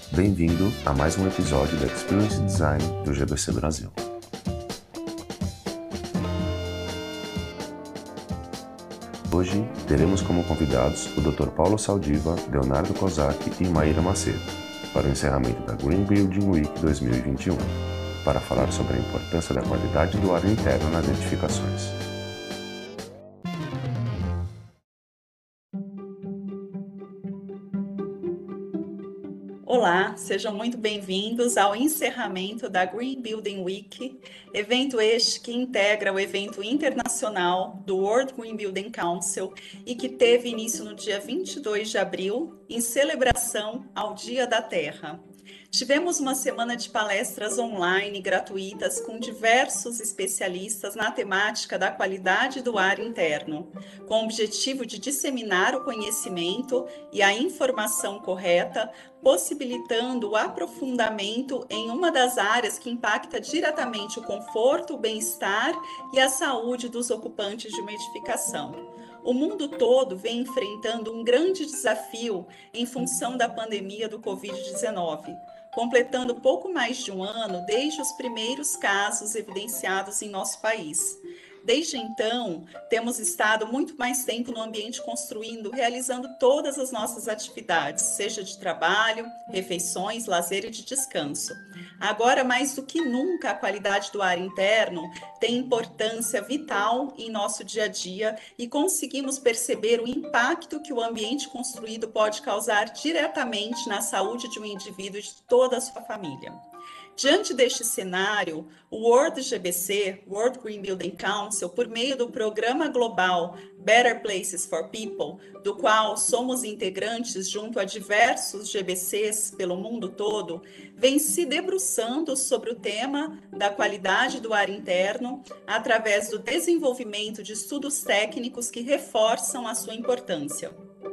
Bem-vindo a mais um episódio da Experience Design do GBC Brasil. Hoje teremos como convidados o Dr. Paulo Saldiva, Leonardo Kozak e Maíra Macedo, para o encerramento da Green Building Week 2021, para falar sobre a importância da qualidade do ar interno nas edificações. Olá, sejam muito bem-vindos ao encerramento da Green Building Week, evento este que integra o evento internacional do World Green Building Council e que teve início no dia 22 de abril, em celebração ao Dia da Terra. Tivemos uma semana de palestras online gratuitas com diversos especialistas na temática da qualidade do ar interno, com o objetivo de disseminar o conhecimento e a informação correta, possibilitando o aprofundamento em uma das áreas que impacta diretamente o conforto, o bem-estar e a saúde dos ocupantes de uma edificação. O mundo todo vem enfrentando um grande desafio em função da pandemia do Covid-19, completando pouco mais de um ano desde os primeiros casos evidenciados em nosso país. Desde então, temos estado muito mais tempo no ambiente construindo, realizando todas as nossas atividades, seja de trabalho, refeições, lazer e de descanso. Agora, mais do que nunca, a qualidade do ar interno tem importância vital em nosso dia a dia e conseguimos perceber o impacto que o ambiente construído pode causar diretamente na saúde de um indivíduo e de toda a sua família. Diante deste cenário, o World GBC, World Green Building Council, por meio do programa global Better Places for People, do qual somos integrantes junto a diversos GBCs pelo mundo todo, vem se debruçando sobre o tema da qualidade do ar interno através do desenvolvimento de estudos técnicos que reforçam a sua importância.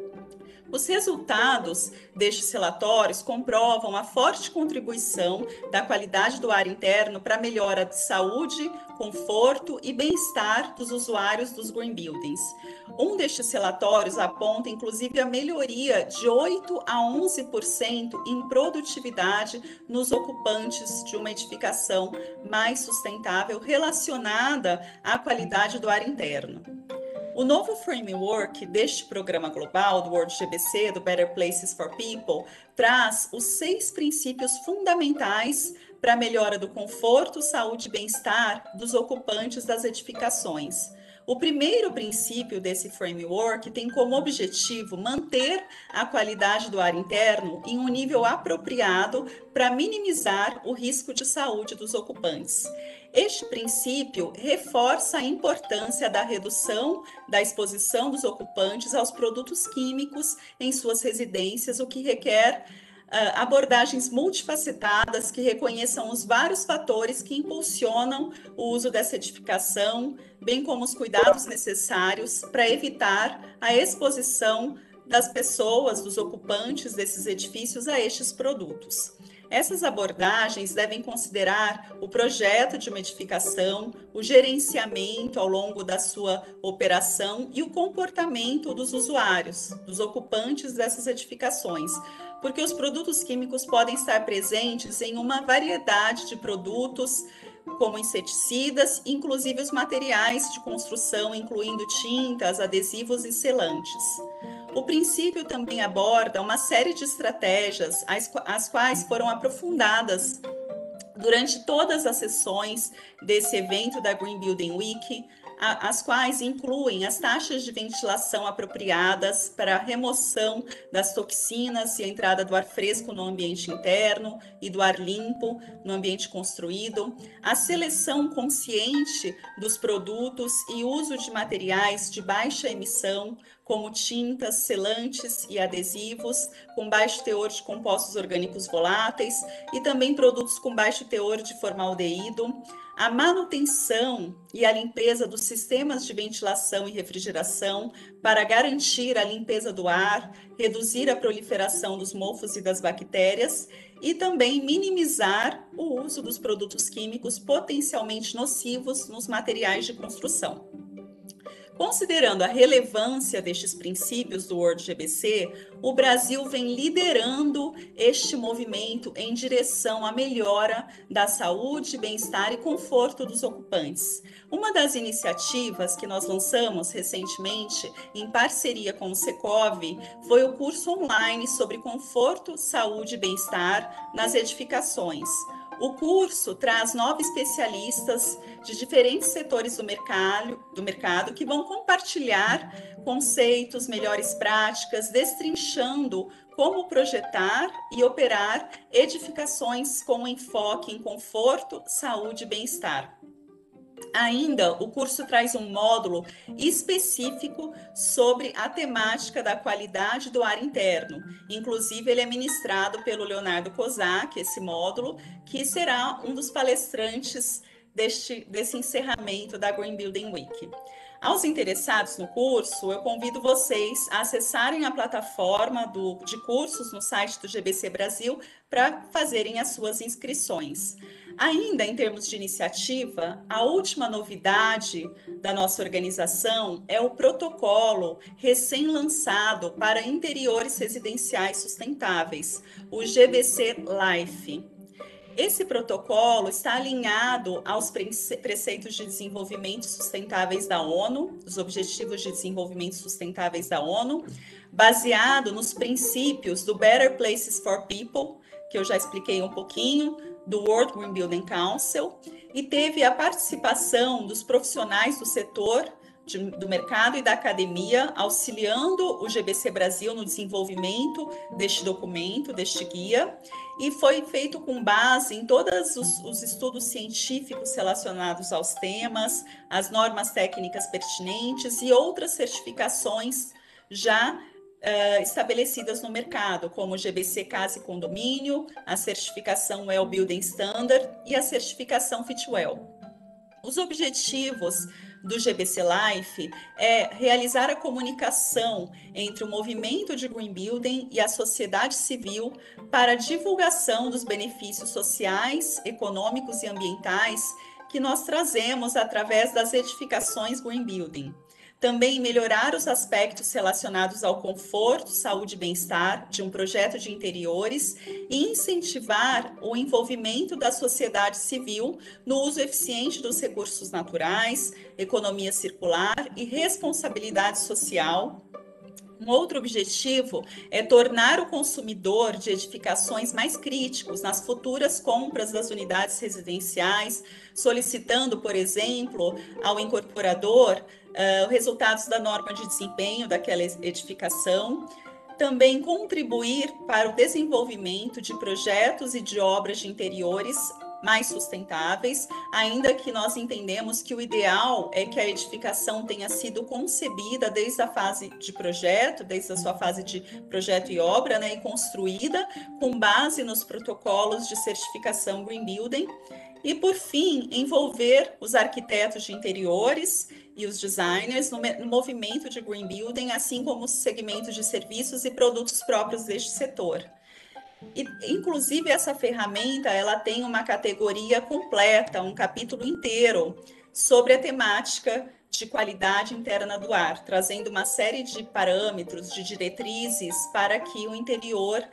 Os resultados destes relatórios comprovam a forte contribuição da qualidade do ar interno para a melhora de saúde, conforto e bem-estar dos usuários dos green buildings. Um destes relatórios aponta, inclusive, a melhoria de 8 a 11% em produtividade nos ocupantes de uma edificação mais sustentável relacionada à qualidade do ar interno. O novo framework deste programa global do World GBC, do Better Places for People, traz os 6 princípios fundamentais para a melhora do conforto, saúde e bem-estar dos ocupantes das edificações. O primeiro princípio desse framework tem como objetivo manter a qualidade do ar interno em um nível apropriado para minimizar o risco de saúde dos ocupantes. Este princípio reforça a importância da redução da exposição dos ocupantes aos produtos químicos em suas residências, o que requer abordagens multifacetadas que reconheçam os vários fatores que impulsionam o uso dessa edificação, bem como os cuidados necessários para evitar a exposição das pessoas, dos ocupantes desses edifícios a estes produtos. Essas abordagens devem considerar o projeto de uma edificação, o gerenciamento ao longo da sua operação e o comportamento dos usuários, dos ocupantes dessas edificações, porque os produtos químicos podem estar presentes em uma variedade de produtos, como inseticidas, inclusive os materiais de construção, incluindo tintas, adesivos e selantes. O princípio também aborda uma série de estratégias, as quais foram aprofundadas durante todas as sessões desse evento da Green Building Week, as quais incluem as taxas de ventilação apropriadas para a remoção das toxinas e a entrada do ar fresco no ambiente interno e do ar limpo no ambiente construído, a seleção consciente dos produtos e uso de materiais de baixa emissão, como tintas, selantes e adesivos com baixo teor de compostos orgânicos voláteis e também produtos com baixo teor de formaldeído, a manutenção e a limpeza dos sistemas de ventilação e refrigeração para garantir a limpeza do ar, reduzir a proliferação dos mofos e das bactérias e também minimizar o uso dos produtos químicos potencialmente nocivos nos materiais de construção. Considerando a relevância destes princípios do World GBC, o Brasil vem liderando este movimento em direção à melhora da saúde, bem-estar e conforto dos ocupantes. Uma das iniciativas que nós lançamos recentemente, em parceria com o Secov, foi o curso online sobre conforto, saúde e bem-estar nas edificações. O curso traz 9 especialistas de diferentes setores do mercado que vão compartilhar conceitos, melhores práticas, destrinchando como projetar e operar edificações com enfoque em conforto, saúde e bem-estar. Ainda, o curso traz um módulo específico sobre a temática da qualidade do ar interno. Inclusive, ele é ministrado pelo Leonardo Kozak, esse módulo, que será um dos palestrantes desse encerramento da Green Building Week. Aos interessados no curso, eu convido vocês a acessarem a plataforma de cursos no site do GBC Brasil para fazerem as suas inscrições. Ainda em termos de iniciativa, a última novidade da nossa organização é o protocolo recém-lançado para interiores residenciais sustentáveis, o GBC Life. Esse protocolo está alinhado aos preceitos de desenvolvimento sustentáveis da ONU, os Objetivos de Desenvolvimento Sustentáveis da ONU, baseado nos princípios do Better Places for People, que eu já expliquei um pouquinho, do World Green Building Council, e teve a participação dos profissionais do setor do mercado e da academia, auxiliando o GBC Brasil no desenvolvimento deste documento, deste guia, e foi feito com base em todos os estudos científicos relacionados aos temas, as normas técnicas pertinentes e outras certificações já estabelecidas no mercado, como o GBC Casa e Condomínio, a certificação Well Building Standard e a certificação Fitwel. Os objetivos do GBC Life é realizar a comunicação entre o movimento de Green Building e a sociedade civil para a divulgação dos benefícios sociais, econômicos e ambientais que nós trazemos através das edificações Green Building. Também melhorar os aspectos relacionados ao conforto, saúde e bem-estar de um projeto de interiores e incentivar o envolvimento da sociedade civil no uso eficiente dos recursos naturais, economia circular e responsabilidade social. Um outro objetivo é tornar o consumidor de edificações mais críticos nas futuras compras das unidades residenciais, solicitando, por exemplo, ao incorporador resultados da norma de desempenho daquela edificação. Também contribuir para o desenvolvimento de projetos e de obras de interiores mais sustentáveis, ainda que nós entendemos que o ideal é que a edificação tenha sido concebida desde a fase de projeto, desde a sua fase de projeto e obra, né, e construída com base nos protocolos de certificação Green Building. E, por fim, envolver os arquitetos de interiores e os designers no movimento de Green Building, assim como os segmentos de serviços e produtos próprios deste setor. E, inclusive, essa ferramenta ela tem uma categoria completa, um capítulo inteiro sobre a temática de qualidade interna do ar, trazendo uma série de parâmetros, de diretrizes para que o interior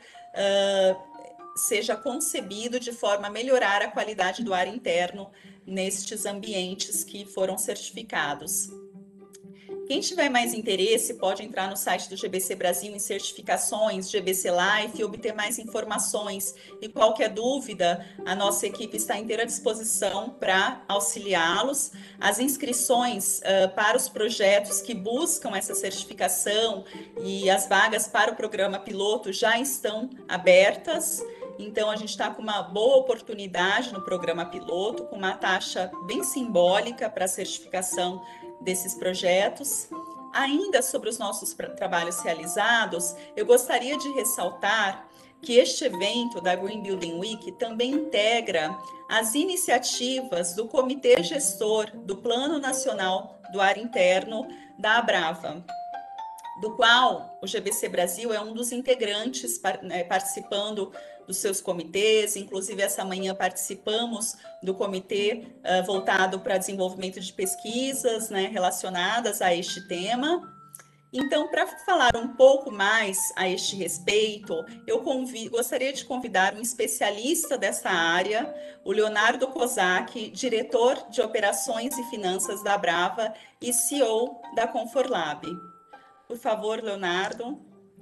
seja concebido de forma a melhorar a qualidade do ar interno nestes ambientes que foram certificados. Quem tiver mais interesse pode entrar no site do GBC Brasil em certificações, GBC Life, e obter mais informações. E qualquer dúvida, a nossa equipe está inteira à disposição para auxiliá-los. As inscrições para os projetos que buscam essa certificação e as vagas para o programa piloto já estão abertas. Então, a gente está com uma boa oportunidade no programa piloto, com uma taxa bem simbólica para a certificação desses projetos. Ainda sobre os nossos trabalhos realizados, eu gostaria de ressaltar que este evento da Green Building Week também integra as iniciativas do Comitê Gestor do Plano Nacional do Ar Interno da Abrava. do qual o GBC Brasil é um dos integrantes, participando dos seus comitês. Inclusive, essa manhã participamos do comitê voltado para desenvolvimento de pesquisas, né, relacionadas a este tema. Então, para falar um pouco mais a este respeito, eu gostaria de convidar um especialista dessa área, o Leonardo Kozak, diretor de Operações e Finanças da Brava e CEO da Conforlab. Por favor, Leonardo.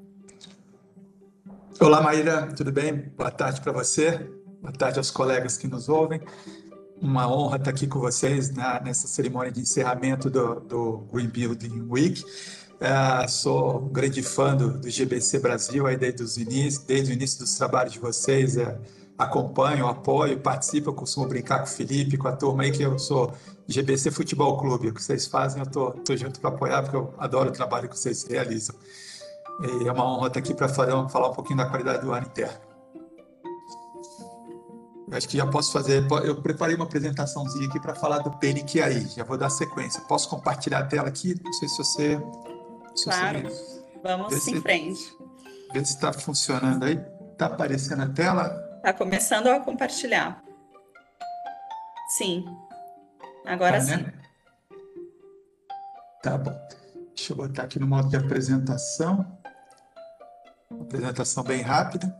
Olá, Maíra, tudo bem? Boa tarde para você, boa tarde aos colegas que nos ouvem. Uma honra estar aqui com vocês nessa cerimônia de encerramento do Green Building Week. Sou um grande fã do GBC Brasil, aí desde o início dos trabalhos de vocês. Acompanho, apoio, participo. Eu costumo brincar com o Felipe, com a turma aí, que eu sou GBC Futebol Clube. O que vocês fazem, eu tô junto para apoiar, porque eu adoro o trabalho que vocês realizam. E é uma honra estar aqui para falar um pouquinho da qualidade do ar interno. Eu acho que já posso fazer. Eu preparei uma apresentaçãozinha aqui para falar do PNQI. Já vou dar sequência. Posso compartilhar a tela aqui? Não sei se você. Claro, vamos em frente. Vê se está funcionando aí. Está aparecendo a tela? Está começando a compartilhar. Sim. Agora sim. Né? Tá bom. Deixa eu botar aqui no modo de apresentação. Apresentação bem rápida.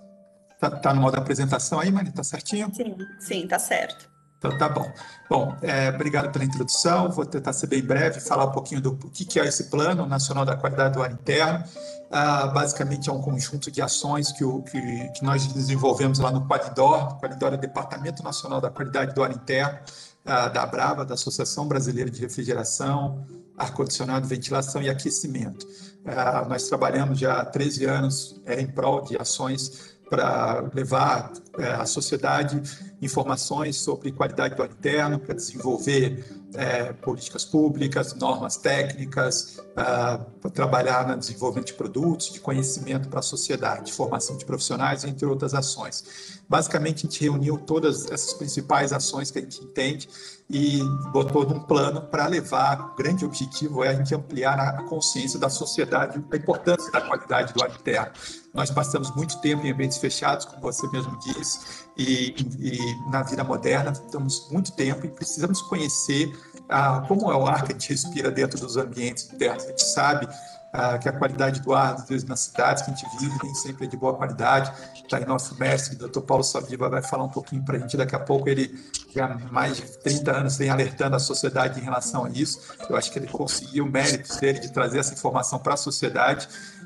Tá no modo de apresentação aí, Mari? Tá certinho? Sim, tá certo. Então tá bom. Bom, obrigado pela introdução. Vou tentar ser bem breve, falar um pouquinho do que é esse Plano Nacional da Qualidade do Ar Interno. Basicamente é um conjunto de ações que nós desenvolvemos lá no Qualidor. O Qualidor é o Departamento Nacional da Qualidade do Ar Interno, da Brava, da Associação Brasileira de Refrigeração, Ar-condicionado, Ventilação e Aquecimento. Nós trabalhamos já há 13 anos em prol de ações para levar à sociedade informações sobre qualidade do ar interno, para desenvolver políticas públicas, normas técnicas, para trabalhar no desenvolvimento de produtos, de conhecimento para a sociedade, formação de profissionais, entre outras ações. Basicamente, a gente reuniu todas essas principais ações que a gente entende e botou num plano para levar. O grande objetivo é a gente ampliar a consciência da sociedade da importância da qualidade do ar interno. Nós passamos muito tempo em ambientes fechados, como você mesmo disse, e na vida moderna estamos muito tempo e precisamos conhecer como é o ar que a gente respira dentro dos ambientes internos. A gente sabe que a qualidade do ar, às vezes, nas cidades que a gente vive, nem sempre é de boa qualidade. Está aí nosso mestre, o Dr. Paulo Saldiva, vai falar um pouquinho para a gente daqui a pouco. Ele já há mais de 30 anos vem alertando a sociedade em relação a isso. Eu acho que ele conseguiu o mérito dele de trazer essa informação para a sociedade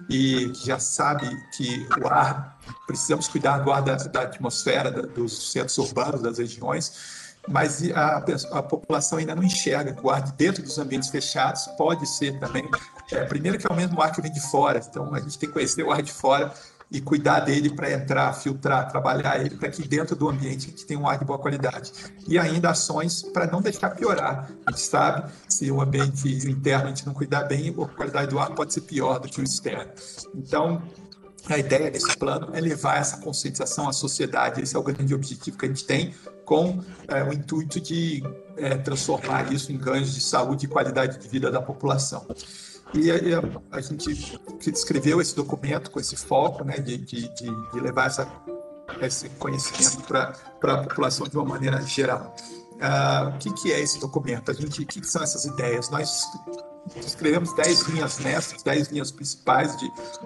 e já sabe que o ar, precisamos cuidar do ar da atmosfera, dos centros urbanos, das regiões, mas a população ainda não enxerga que o ar de dentro dos ambientes fechados pode ser também, primeiro que é o mesmo ar que vem de fora, então a gente tem que conhecer o ar de fora e cuidar dele para entrar, filtrar, trabalhar ele, para que dentro do ambiente a gente tenha um ar de boa qualidade. E ainda ações para não deixar piorar. A gente sabe, se o ambiente interno a gente não cuidar bem, a qualidade do ar pode ser pior do que o externo. Então, a ideia desse plano é levar essa conscientização à sociedade. Esse é o grande objetivo que a gente tem, com o intuito de transformar isso em ganhos de saúde e qualidade de vida da população. E a gente escreveu esse documento com esse foco, né, de levar esse conhecimento para a população de uma maneira geral. O que é esse documento? O que são essas ideias? Nós escrevemos 10 linhas mestras, 10 linhas principais,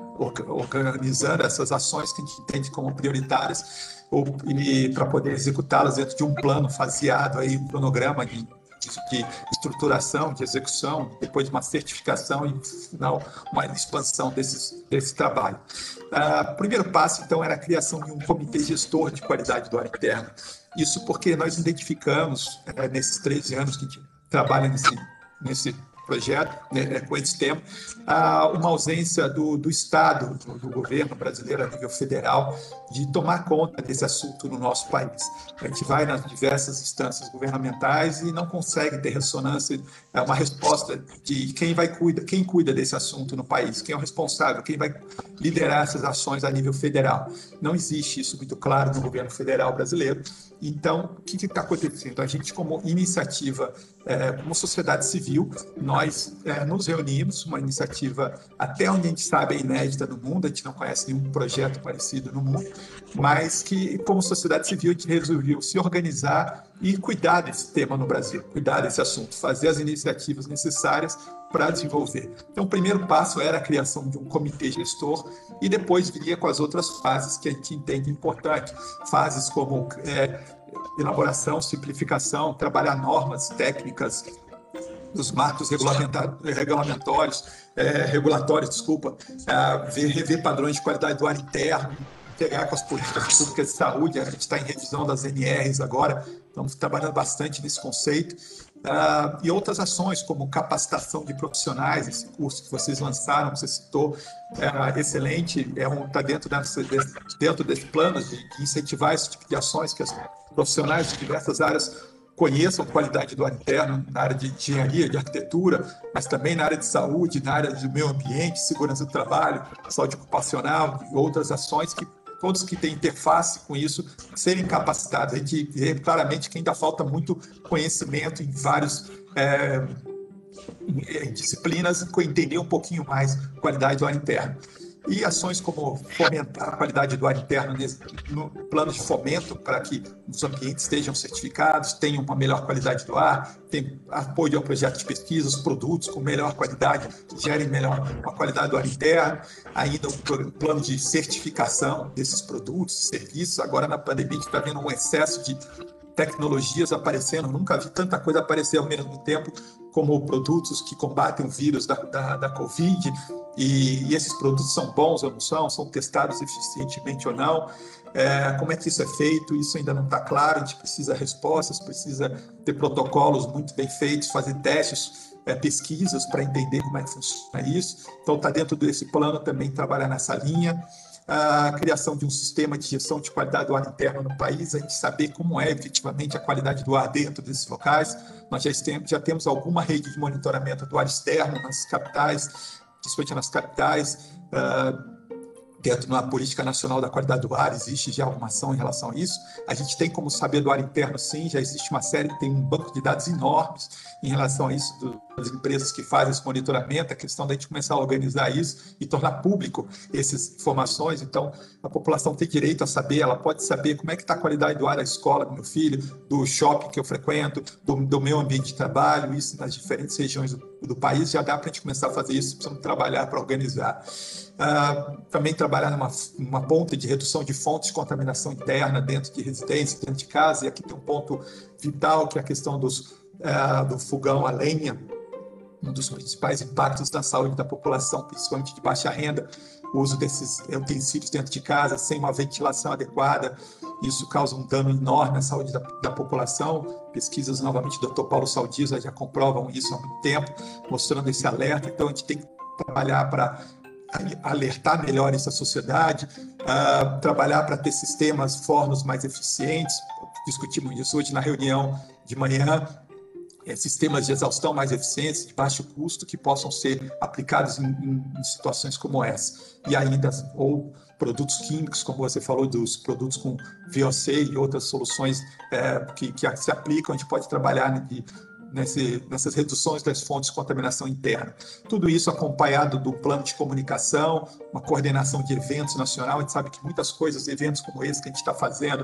organizando essas ações que a gente entende como prioritárias, para poder executá-las dentro de um plano faseado, aí, um cronograma de estruturação, de execução, depois de uma certificação e, no final, uma expansão desse trabalho. O primeiro passo, então, era a criação de um comitê gestor de qualidade do ar interno. Isso porque nós identificamos, nesses 13 anos que a gente trabalha nesse projeto, com esse tema, uma ausência do Estado, do governo brasileiro a nível federal, de tomar conta desse assunto no nosso país. A gente vai nas diversas instâncias governamentais e não consegue ter ressonância, uma resposta de quem cuida desse assunto no país, quem é o responsável, quem vai liderar essas ações a nível federal. Não existe isso muito claro no governo federal brasileiro. Então, o que está acontecendo? A gente, como iniciativa, como sociedade civil, nós nós nos reunimos, uma iniciativa até onde a gente sabe é inédita no mundo, a gente não conhece nenhum projeto parecido no mundo, mas que, como sociedade civil, a gente resolveu se organizar e cuidar desse tema no Brasil, cuidar desse assunto, fazer as iniciativas necessárias para desenvolver. Então, o primeiro passo era a criação de um comitê gestor e depois viria com as outras fases que a gente entende importante, fases como elaboração, simplificação, trabalhar normas técnicas dos marcos regulatórios, rever padrões de qualidade do ar interno, integrar com as políticas públicas de saúde. A gente está em revisão das NRs agora, estamos trabalhando bastante nesse conceito. E outras ações, como capacitação de profissionais, esse curso que vocês lançaram, que você citou, excelente, está dentro desse plano de incentivar esse tipo de ações, que os profissionais de diversas áreas conheçam a qualidade do ar interno, na área de engenharia, de arquitetura, mas também na área de saúde, na área do meio ambiente, segurança do trabalho, saúde ocupacional e outras ações que todos que têm interface com isso serem capacitados. A gente vê claramente que ainda falta muito conhecimento em várias disciplinas, entender um pouquinho mais a qualidade do ar interno. E ações como fomentar a qualidade do ar interno no plano de fomento para que os ambientes estejam certificados, tenham uma melhor qualidade do ar, tem apoio ao projeto de pesquisa, os produtos com melhor qualidade, que gerem melhor a qualidade do ar interno, ainda um plano de certificação desses produtos e serviços. Agora, na pandemia, a gente está vendo um excesso de tecnologias aparecendo, nunca vi tanta coisa aparecer ao mesmo tempo, como produtos que combatem o vírus da Covid, e esses produtos são bons ou não são testados eficientemente ou não, como é que isso é feito, isso ainda não está claro, a gente precisa de respostas, precisa ter protocolos muito bem feitos, fazer testes, pesquisas para entender como é que funciona isso. Então está dentro desse plano também trabalhar nessa linha. A criação de um sistema de gestão de qualidade do ar interno no país, a gente saber como é efetivamente a qualidade do ar dentro desses locais. Nós já temos alguma rede de monitoramento do ar externo nas capitais, principalmente nas capitais, dentro da Política Nacional da Qualidade do Ar, existe já alguma ação em relação a isso. A gente tem como saber do ar interno, sim, já existe uma série, tem um banco de dados enormes em relação a isso, das empresas que fazem esse monitoramento, a questão da gente começar a organizar isso e tornar público essas informações. Então, a população tem direito a saber, ela pode saber como é que está a qualidade do ar da escola do meu filho, do shopping que eu frequento, do meu ambiente de trabalho, isso nas diferentes regiões do país. Já dá para a gente começar a fazer isso, precisamos trabalhar para organizar. Também trabalhar numa ponta de redução de fontes de contaminação interna dentro de residência, dentro de casa, e aqui tem um ponto vital, que é a questão do fogão a lenha, um dos principais impactos na saúde da população, principalmente de baixa renda, o uso desses utensílios dentro de casa, sem uma ventilação adequada, isso causa um dano enorme à saúde da população. Pesquisas, novamente, do Dr. Paulo Saldiva já comprovam isso há muito tempo, mostrando esse alerta. Então, a gente tem que trabalhar para alertar melhor essa sociedade, trabalhar para ter sistemas, fornos mais eficientes. Discutimos isso hoje na reunião de manhã, sistemas de exaustão mais eficientes, de baixo custo, que possam ser aplicados em situações como essa. E ainda, ou produtos químicos, como você falou, dos produtos com VOC e outras soluções que se aplicam, a gente pode trabalhar nessas reduções das fontes de contaminação interna. Tudo isso acompanhado do plano de comunicação, uma coordenação de eventos nacional. A gente sabe que muitas coisas, eventos como esse que a gente está fazendo,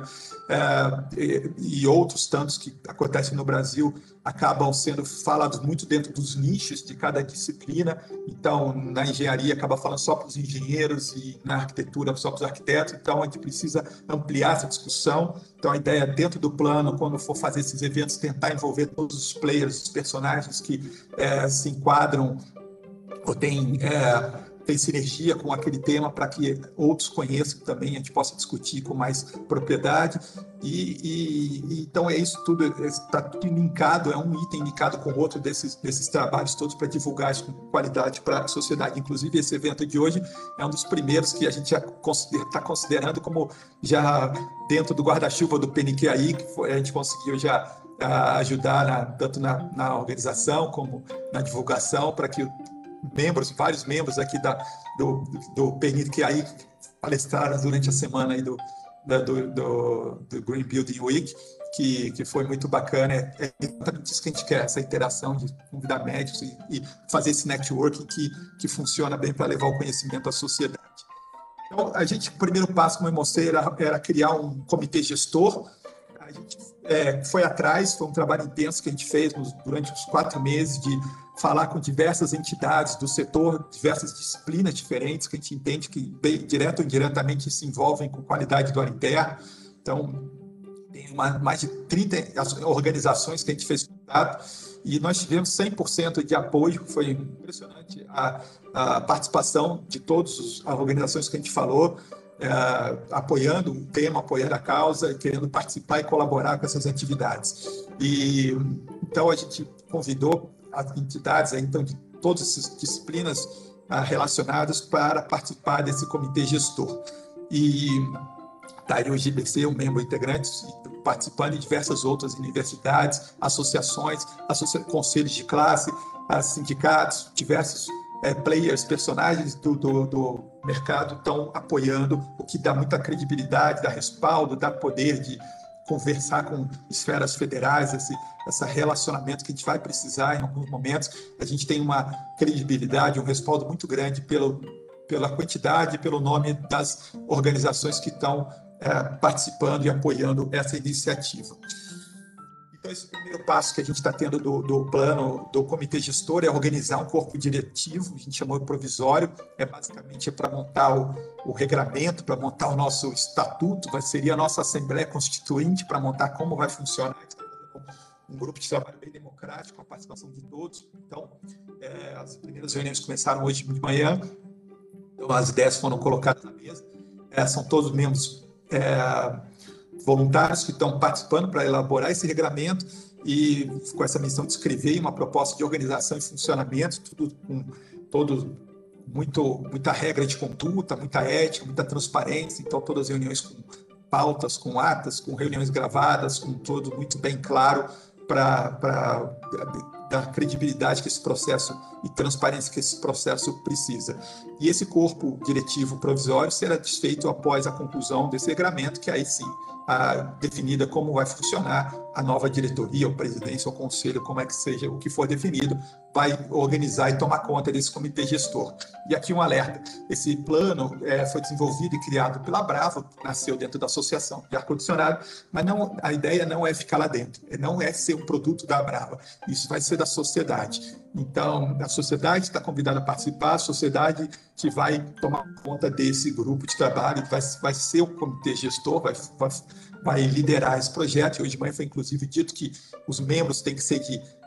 e outros tantos que acontecem no Brasil, acabam sendo falados muito dentro dos nichos de cada disciplina. Então, na engenharia acaba falando só para os engenheiros e na arquitetura só para os arquitetos. Então, a gente precisa ampliar essa discussão. Então, a ideia dentro do plano, quando for fazer esses eventos, tentar envolver todos os players, os personagens que se enquadram ou têm sinergia com aquele tema, para que outros conheçam também, a gente possa discutir com mais propriedade. Então é isso tudo, está tudo linkado, é um item linkado com o outro desses trabalhos todos para divulgar isso com qualidade para a sociedade. Inclusive, esse evento de hoje é um dos primeiros que a gente já está considerando como já dentro do guarda-chuva do PNQAI, que a gente conseguiu já ajudar tanto na organização como na divulgação, para que vários membros aqui do PNQAI palestraram durante a semana aí do Green Building Week, que foi muito bacana. É exatamente isso que a gente quer, essa interação de convidar médicos e fazer esse networking que funciona bem para levar o conhecimento à sociedade. Então, o primeiro passo, como eu mostrei, era criar um comitê gestor. A gente foi atrás, foi um trabalho intenso que a gente fez durante os 4 meses de falar com diversas entidades do setor, diversas disciplinas diferentes que a gente entende que, bem, direto ou indiretamente, se envolvem com qualidade do ar interno. Então, tem mais de 30 organizações que a gente fez contato e nós tivemos 100% de apoio. Foi impressionante a participação de todas as organizações que a gente falou, apoiando um tema, apoiando a causa, querendo participar e colaborar com essas atividades. E então a gente convidou as entidades então, de todas essas disciplinas relacionadas para participar desse comitê gestor. E está aí o GBC, um membro integrante, participando de diversas outras universidades, associações, conselhos de classe, sindicatos, diversos players, personagens do mercado estão apoiando, o que dá muita credibilidade, dá respaldo, dá poder de conversar com esferas federais, esse relacionamento que a gente vai precisar em alguns momentos. A gente tem uma credibilidade, um respaldo muito grande pela quantidade, pelo nome das organizações que estão participando e apoiando essa iniciativa. Então, esse primeiro passo que a gente está tendo do plano do comitê gestor é organizar um corpo diretivo, a gente chamou de provisório, basicamente para montar o regramento, para montar o nosso estatuto, seria a nossa Assembleia Constituinte para montar como vai funcionar. Um grupo de trabalho bem democrático, com a participação de todos. Então, as primeiras reuniões começaram hoje de manhã, então as ideias foram colocadas na mesa, são todos membros voluntários que estão participando para elaborar esse regramento e com essa missão de escrever uma proposta de organização e funcionamento, tudo com muita regra de conduta, muita ética, muita transparência. Então, todas as reuniões com pautas, com atas, com reuniões gravadas, com tudo muito bem claro para dar credibilidade que esse processo e transparência que esse processo precisa. E esse corpo diretivo provisório será desfeito após a conclusão desse regramento, que aí sim, definida como vai funcionar a nova diretoria, ou presidência, ou conselho, como é que seja, o que for definido, vai organizar e tomar conta desse comitê gestor. E aqui um alerta, esse plano foi desenvolvido e criado pela Brava, nasceu dentro da Associação de Ar-Condicionado, mas a ideia não é ficar lá dentro, não é ser um produto da Brava, isso vai ser da sociedade. Então, a sociedade está convidada a participar, a sociedade que vai tomar conta desse grupo de trabalho, vai ser o comitê gestor, vai liderar esse projeto. E hoje de manhã foi inclusive dito que os membros têm que ser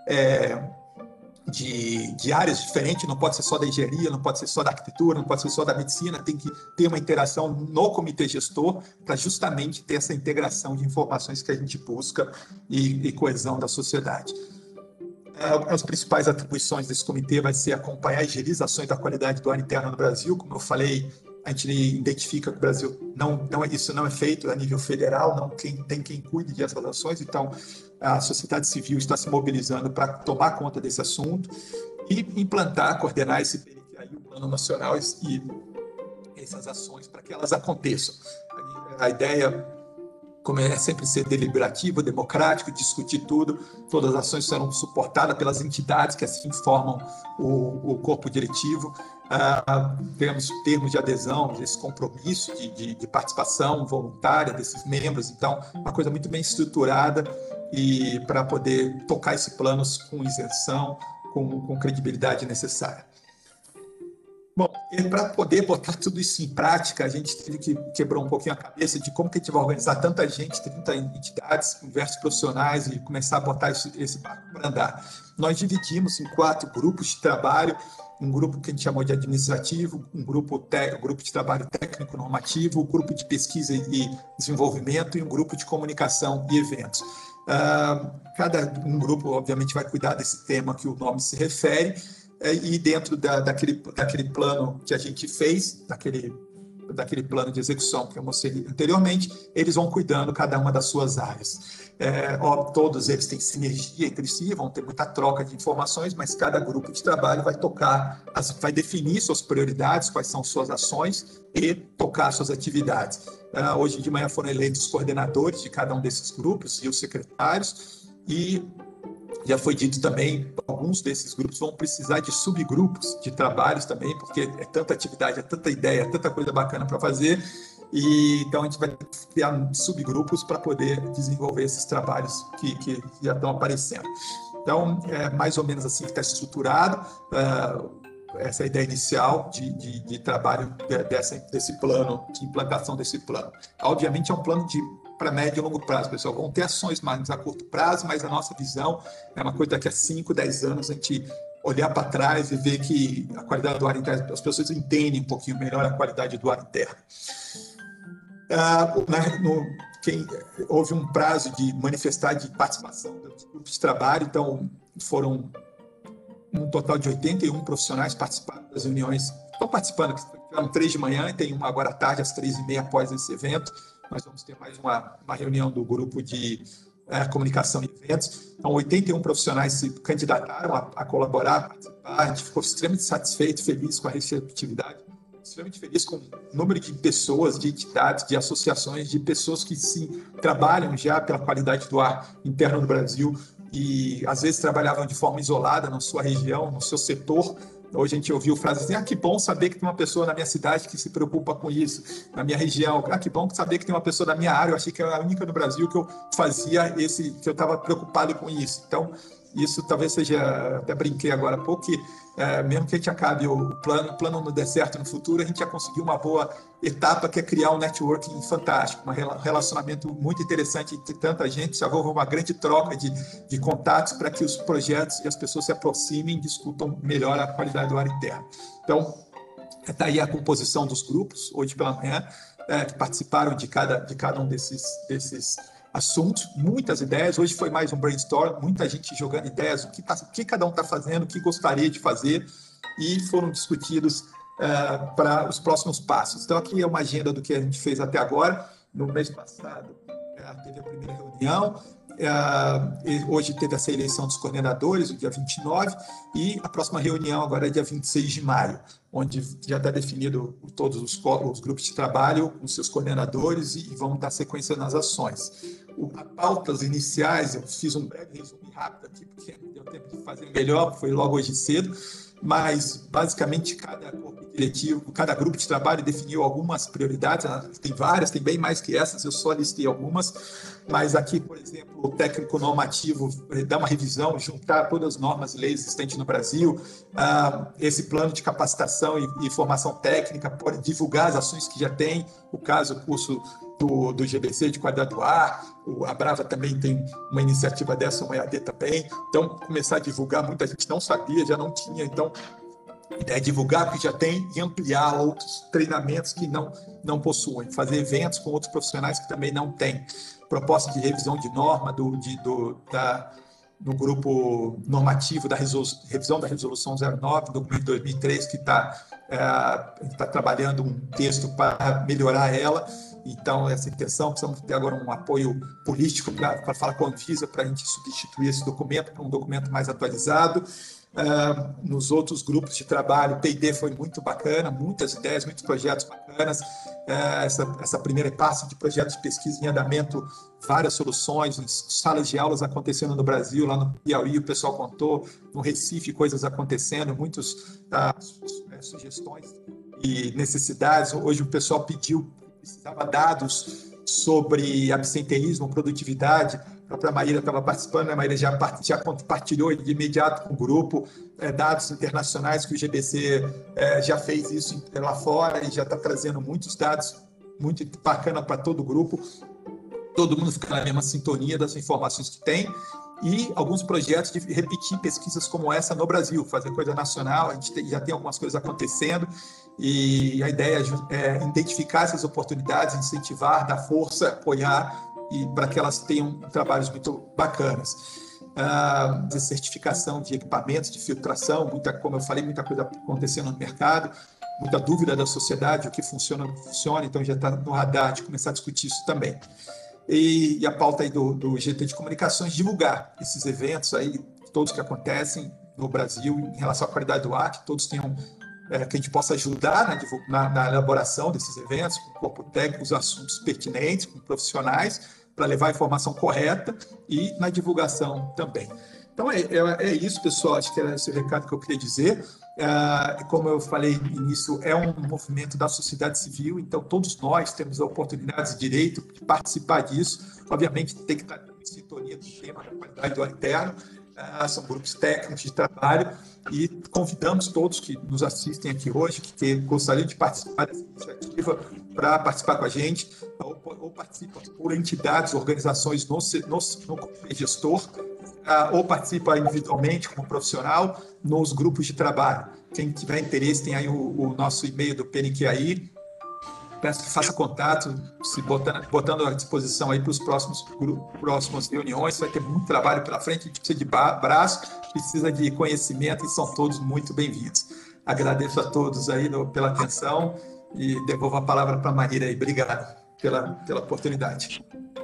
de áreas diferentes, não pode ser só da engenharia, não pode ser só da arquitetura, não pode ser só da medicina, tem que ter uma interação no comitê gestor para justamente ter essa integração de informações que a gente busca e coesão da sociedade. As principais atribuições desse comitê vai ser acompanhar e gerir as ações da qualidade do ar interno no Brasil. Como eu falei, a gente identifica que o Brasil isso não é feito a nível federal, tem quem cuide dessas ações, então a sociedade civil está se mobilizando para tomar conta desse assunto e implantar, coordenar esse PNPI, o Plano Nacional e essas ações para que elas aconteçam. A ideia, como é sempre ser deliberativo, democrático, discutir tudo, todas as ações serão suportadas pelas entidades que assim formam o corpo diretivo. Temos termos de adesão, esse compromisso de participação voluntária desses membros, então uma coisa muito bem estruturada e para poder tocar esse plano com isenção, com credibilidade necessária. Bom, para poder botar tudo isso em prática, a gente teve que quebrar um pouquinho a cabeça de como que a gente vai organizar tanta gente, 30 entidades, diversos profissionais e começar a botar esse barco para andar. Nós dividimos em 4 grupos de trabalho, um grupo que a gente chamou de administrativo, um grupo de trabalho técnico-normativo, um grupo de pesquisa e desenvolvimento e um grupo de comunicação e eventos. Um grupo, obviamente, vai cuidar desse tema que o nome se refere, e dentro daquele plano que a gente fez, daquele daquele plano de execução que eu mostrei anteriormente, eles vão cuidando cada uma das suas áreas. Todos eles têm sinergia entre si, vão ter muita troca de informações, mas cada grupo de trabalho vai vai definir suas prioridades, quais são suas ações e tocar suas atividades. Hoje de manhã foram eleitos os coordenadores de cada um desses grupos e os secretários, e já foi dito também, alguns desses grupos vão precisar de subgrupos de trabalhos também, porque é tanta atividade, é tanta ideia, é tanta coisa bacana para fazer, e então a gente vai criar subgrupos para poder desenvolver esses trabalhos que já estão aparecendo. Então, é mais ou menos assim que está estruturado essa ideia inicial de trabalho desse plano, de implantação desse plano. Obviamente é um plano para médio e longo prazo, pessoal. Vão ter ações mais a curto prazo, mas a nossa visão é uma coisa daqui a 5, 10 anos, a gente olhar para trás e ver que a qualidade do ar interno, as pessoas entendem um pouquinho melhor a qualidade do ar interno. Houve um prazo de manifestar de participação dos grupos de trabalho, então foram um total de 81 profissionais participaram das reuniões. Estão participando, tiveram 3 de manhã e tem uma agora à tarde, às 3h30 após esse evento. Nós vamos ter mais uma reunião do grupo de comunicação e eventos. Então, 81 profissionais se candidataram a colaborar, a participar. A gente ficou extremamente satisfeito, feliz com a receptividade, extremamente feliz com o número de pessoas, de entidades, de associações, de pessoas que trabalham já pela qualidade do ar interno no Brasil e, às vezes, trabalhavam de forma isolada na sua região, no seu setor. Hoje a gente ouviu frases assim, que bom saber que tem uma pessoa na minha cidade que se preocupa com isso, na minha região, que bom saber que tem uma pessoa da minha área, eu achei que era a única no Brasil que eu fazia que eu estava preocupado com isso. Então, isso talvez seja, até brinquei agora há pouco, que mesmo que a gente acabe o plano não der certo no futuro, a gente já conseguiu uma boa etapa que é criar um networking fantástico, um relacionamento muito interessante entre tanta gente, já houve uma grande troca de contatos para que os projetos e as pessoas se aproximem e discutam melhor a qualidade do ar interno. Então, está aí a composição dos grupos, hoje pela manhã, que participaram de cada um desses assuntos, muitas ideias. Hoje foi mais um brainstorm, muita gente jogando ideias, o que cada um está fazendo, o que gostaria de fazer, e foram discutidos para os próximos passos. Então, aqui é uma agenda do que a gente fez até agora. No mês passado, teve a primeira reunião, hoje teve essa eleição dos coordenadores, no dia 29, e a próxima reunião agora é dia 26 de maio, onde já está definido todos os grupos de trabalho, os seus coordenadores, e vão dar sequência nas ações. As pautas iniciais, eu fiz um breve resumo rápido aqui, porque não deu tempo de fazer melhor, foi logo hoje cedo, mas basicamente cada corpo diretivo, cada grupo de trabalho definiu algumas prioridades, tem várias, tem bem mais que essas, eu só listei algumas, mas aqui, por exemplo, o técnico normativo dá uma revisão, juntar todas as normas e leis existentes no Brasil, esse plano de capacitação e formação técnica, pode divulgar as ações que já tem, o curso do GBC de qualidade do ar, a Brava também tem uma iniciativa dessa, uma EAD também, então começar a divulgar, muita gente não sabia, já não tinha, então a ideia é divulgar o que já tem e ampliar outros treinamentos que não possuem, fazer eventos com outros profissionais que também não têm, proposta de revisão de norma do grupo normativo da revisão da resolução 09, documento de 2003, que está trabalhando um texto para melhorar ela. Então, essa intenção, precisamos ter agora um apoio político para falar com a Anvisa, para a gente substituir esse documento por um documento mais atualizado. Nos outros grupos de trabalho, P&D foi muito bacana, muitas ideias, muitos projetos bacanas. Essa primeira passo de projetos de pesquisa em andamento, várias soluções, salas de aulas acontecendo no Brasil, lá no Piauí, o pessoal contou, no Recife, coisas acontecendo, muitas sugestões e necessidades. Hoje o pessoal precisava dados sobre absenteísmo, produtividade. A própria Maíra estava participando, a Maíra já compartilhou de imediato com o grupo dados internacionais que o GBC já fez isso lá fora e já está trazendo muitos dados, muito bacana para todo o grupo. Todo mundo fica na mesma sintonia das informações que tem, e alguns projetos de repetir pesquisas como essa no Brasil, fazer coisa nacional. A gente já tem algumas coisas acontecendo, e a ideia é identificar essas oportunidades, incentivar, dar força, apoiar, e para que elas tenham trabalhos muito bacanas. Certificação de equipamentos de filtração, como eu falei, muita coisa acontecendo no mercado. muita dúvida da sociedade, o que funciona, não funciona, então já está no radar de começar a discutir isso também. E a pauta aí do GT de Comunicações, divulgar esses eventos aí, todos que acontecem no Brasil em relação à qualidade do ar, que todos tenham, que a gente possa ajudar na elaboração desses eventos, com o corpo técnico, os assuntos pertinentes, com profissionais, para levar a informação correta e na divulgação também. Então é isso, pessoal, acho que era esse o recado que eu queria dizer. Como eu falei no início, é um movimento da sociedade civil, então todos nós temos a oportunidade e direito de participar disso. Obviamente tem que estar em sintonia com o tema da qualidade do ar interno. São grupos técnicos de trabalho e convidamos todos que nos assistem aqui hoje, que gostariam de participar dessa iniciativa, para participar com a gente, ou participam por entidades, organizações no comitê gestor, ou participa individualmente como profissional nos grupos de trabalho. Quem tiver interesse, tem aí o nosso e-mail do PNQAI. Peço que faça contato, se botando à disposição aí para os próximas reuniões. Vai ter muito trabalho pela frente, a gente precisa de braço, precisa de conhecimento e são todos muito bem-vindos. Agradeço a todos aí pela atenção e devolvo a palavra para a Maíra aí. Obrigado pela oportunidade.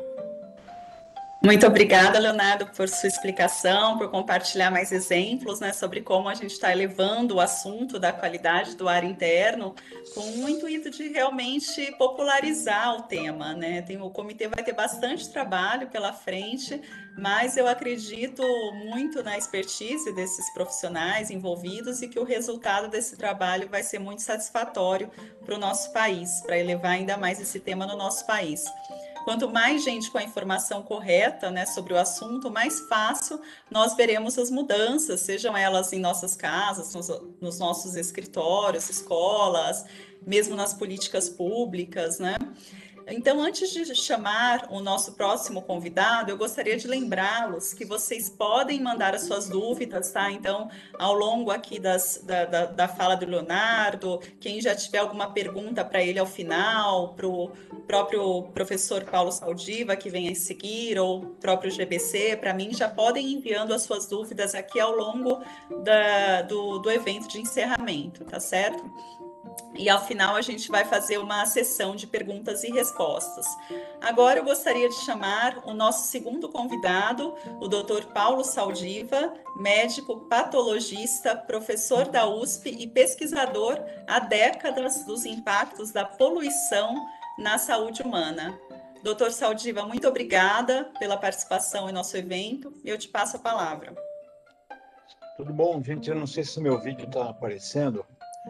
Muito obrigada, Leonardo, por sua explicação, por compartilhar mais exemplos, né, sobre como a gente está elevando o assunto da qualidade do ar interno, com o intuito de realmente popularizar o tema, né? O comitê vai ter bastante trabalho pela frente, mas eu acredito muito na expertise desses profissionais envolvidos e que o resultado desse trabalho vai ser muito satisfatório para o nosso país, para elevar ainda mais esse tema no nosso país. Quanto mais gente com a informação correta, né, sobre o assunto, mais fácil nós veremos as mudanças, sejam elas em nossas casas, nos nossos escritórios, escolas, mesmo nas políticas públicas, né? Então, antes de chamar o nosso próximo convidado, eu gostaria de lembrá-los que vocês podem mandar as suas dúvidas, tá? Então, ao longo aqui da fala do Leonardo, quem já tiver alguma pergunta para ele ao final, para o próprio professor Paulo Saldiva, que vem a seguir, ou o próprio GBC, para mim, já podem ir enviando as suas dúvidas aqui ao longo do evento de encerramento, tá certo? E ao final a gente vai fazer uma sessão de perguntas e respostas. Agora eu gostaria de chamar o nosso segundo convidado, o Dr. Paulo Saldiva, médico patologista, professor da USP e pesquisador há décadas dos impactos da poluição na saúde humana. Dr. Saldiva, muito obrigada pela participação em nosso evento. Eu te passo a palavra. Tudo bom, gente? Eu não sei se o meu vídeo está aparecendo.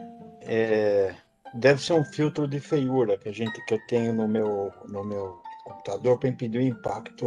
Deve ser um filtro de feiura que eu tenho no meu computador para impedir o impacto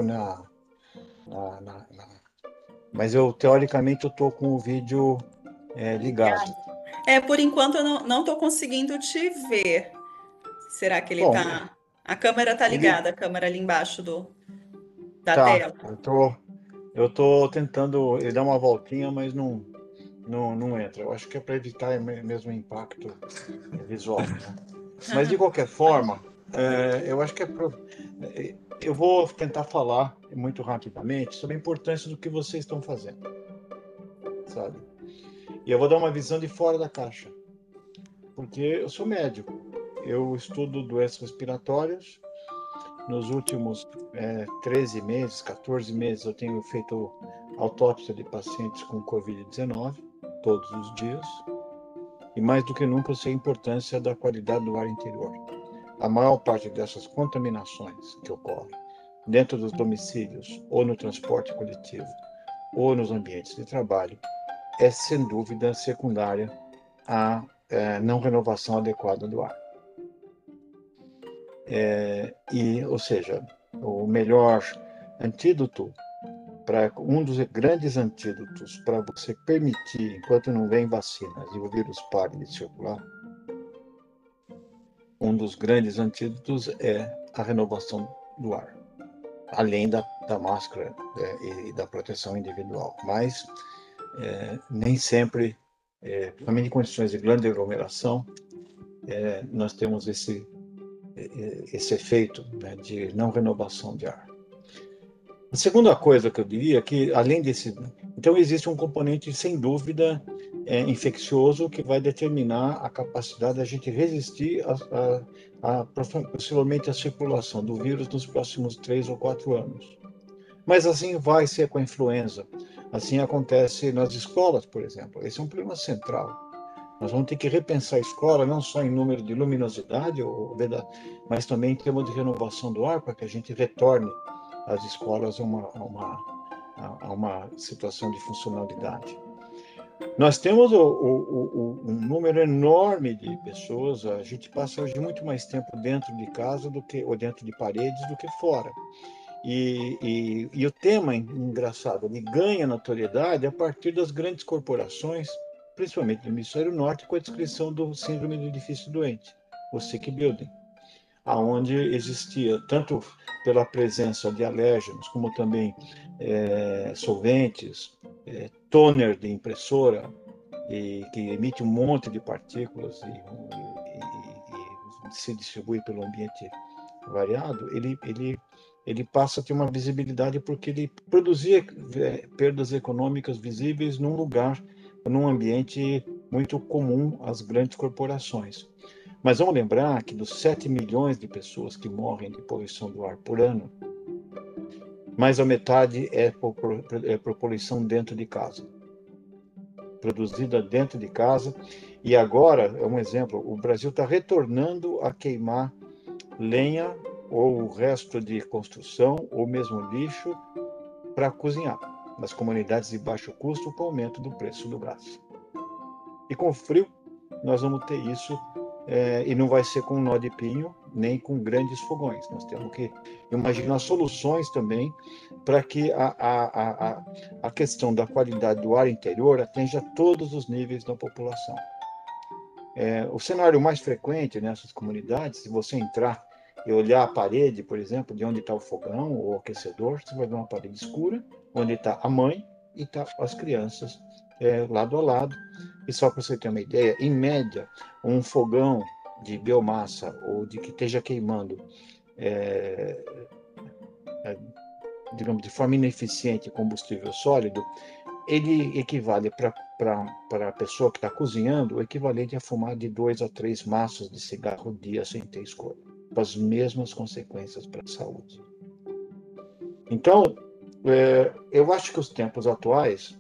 mas teoricamente eu estou com o vídeo ligado. Por enquanto eu não estou conseguindo te ver. Será que ele está? A câmera está ligada, a câmera ali embaixo da tela. Eu estou tentando ele dar uma voltinha, mas não entra. Eu acho que é para evitar mesmo o impacto visual, né? Mas, de qualquer forma, eu acho que eu vou tentar falar muito rapidamente sobre a importância do que vocês estão fazendo, sabe? E eu vou dar uma visão de fora da caixa, porque eu sou médico, eu estudo doenças respiratórias. Nos últimos 13 meses, 14 meses, eu tenho feito autópsia de pacientes com Covid-19, todos os dias. E mais do que nunca, eu sei a importância da qualidade do ar interior. A maior parte dessas contaminações que ocorrem dentro dos domicílios, ou no transporte coletivo, ou nos ambientes de trabalho, é, sem dúvida, secundária à não renovação adequada do ar. Ou seja, o melhor antídoto, um dos grandes antídotos para você permitir, enquanto não vem vacinas e o vírus pare de circular, um dos grandes antídotos é a renovação do ar, além da máscara e da proteção individual. Mas nem sempre, principalmente em condições de grande aglomeração, nós temos esse efeito, né, de não renovação de ar. A segunda coisa que eu diria é que, além desse... Então, existe um componente, sem dúvida, infeccioso, que vai determinar a capacidade da gente resistir possivelmente à circulação do vírus nos próximos 3 ou 4 anos. Mas assim vai ser com a influenza. Assim acontece nas escolas, por exemplo. Esse é um problema central. Nós vamos ter que repensar a escola, não só em número de luminosidade, mas também em termos de renovação do ar, para que a gente retorne às escolas a uma situação de funcionalidade. Nós temos um número enorme de pessoas, a gente passa hoje muito mais tempo dentro de casa ou dentro de paredes do que fora. E o tema, engraçado, ele ganha notoriedade a partir das grandes corporações, principalmente no Hemisfério Norte, com a descrição do síndrome do edifício doente, o sick building, aonde existia, tanto pela presença de alérgenos, como também solventes, toner de impressora, que emite um monte de partículas e se distribui pelo ambiente variado, ele passa a ter uma visibilidade porque ele produzia perdas econômicas visíveis num lugar, num ambiente muito comum às grandes corporações. Mas vamos lembrar que dos 7 milhões de pessoas que morrem de poluição do ar por ano, mais da metade é por poluição dentro de casa, produzida dentro de casa. E agora, é um exemplo, o Brasil está retornando a queimar lenha ou o resto de construção, ou mesmo lixo, para cozinhar, nas comunidades de baixo custo, com o aumento do preço do gás. E com o frio, nós vamos ter isso, e não vai ser com nó de pinho, nem com grandes fogões. Nós temos que imaginar soluções também para que a questão da qualidade do ar interior atinja todos os níveis da população. O cenário mais frequente nessas comunidades, se você entrar e olhar a parede, por exemplo, de onde está o fogão ou o aquecedor, você vai ver uma parede escura, onde está a mãe e está as crianças lado a lado. E só para você ter uma ideia, em média, um fogão de biomassa ou de que esteja queimando, digamos, de forma ineficiente combustível sólido, ele equivale para a pessoa que está cozinhando, o equivalente a fumar de 2 a 3 maços de cigarro por dia sem ter escolha, com as mesmas consequências para a saúde. Então, eu acho que os tempos atuais,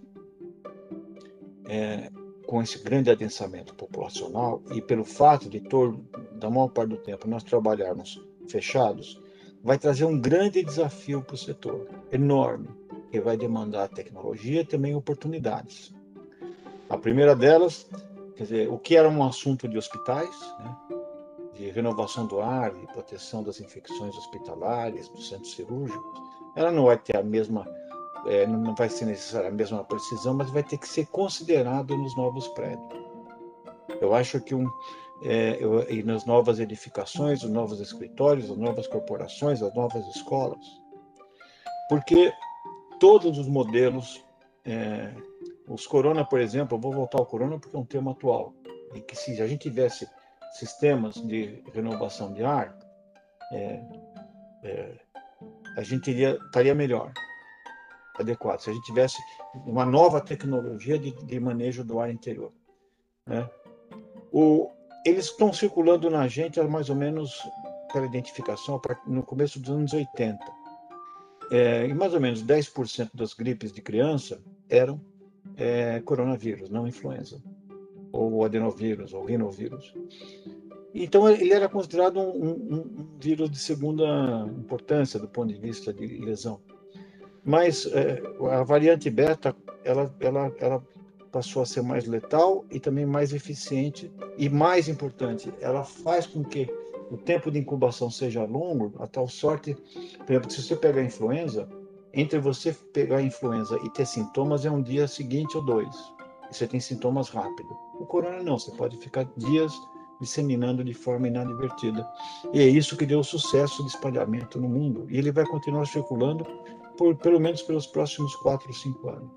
com esse grande adensamento populacional e pelo fato de da maior parte do tempo nós trabalharmos fechados, vai trazer um grande desafio para o setor, enorme, que vai demandar tecnologia e também oportunidades. A primeira delas, quer dizer, o que era um assunto de hospitais, né, de renovação do ar, de proteção das infecções hospitalares, dos centros cirúrgicos, ela não vai ter a mesma, não vai ser necessária a mesma precisão, mas vai ter que ser considerado nos novos prédios. Eu acho que e nas novas edificações, os novos escritórios, as novas corporações, as novas escolas, porque todos os modelos, os corona, por exemplo, eu vou voltar ao corona porque é um tema atual, e que se a gente tivesse sistemas de renovação de ar, a gente estaria melhor, adequado, se a gente tivesse uma nova tecnologia de manejo do ar interior, né? Eles estão circulando na gente mais ou menos, pela identificação, no começo dos anos 80. E mais ou menos 10% das gripes de criança eram coronavírus, não influenza, ou adenovírus, ou rinovírus. Então, ele era considerado um vírus de segunda importância do ponto de vista de lesão. Mas a variante beta, ela passou a ser mais letal e também mais eficiente. E mais importante, ela faz com que o tempo de incubação seja longo, a tal sorte, por exemplo, se você pegar a influenza, entre você pegar a influenza e ter sintomas é um dia seguinte ou 2. E você tem sintomas rápido. O corona não, você pode ficar dias disseminando de forma inadvertida. E é isso que deu sucesso de espalhamento no mundo. E ele vai continuar circulando pelo menos pelos próximos 4 ou 5 anos.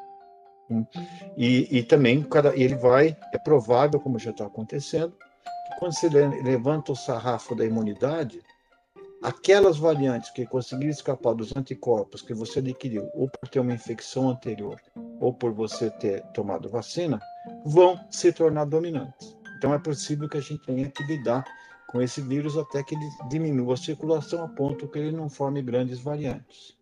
E também ele é provável, como já está acontecendo, que quando você levanta o sarrafo da imunidade, aquelas variantes que conseguiram escapar dos anticorpos que você adquiriu, ou por ter uma infecção anterior, ou por você ter tomado vacina, vão se tornar dominantes. Então é possível que a gente tenha que lidar com esse vírus até que ele diminua a circulação a ponto que ele não forme grandes variantes.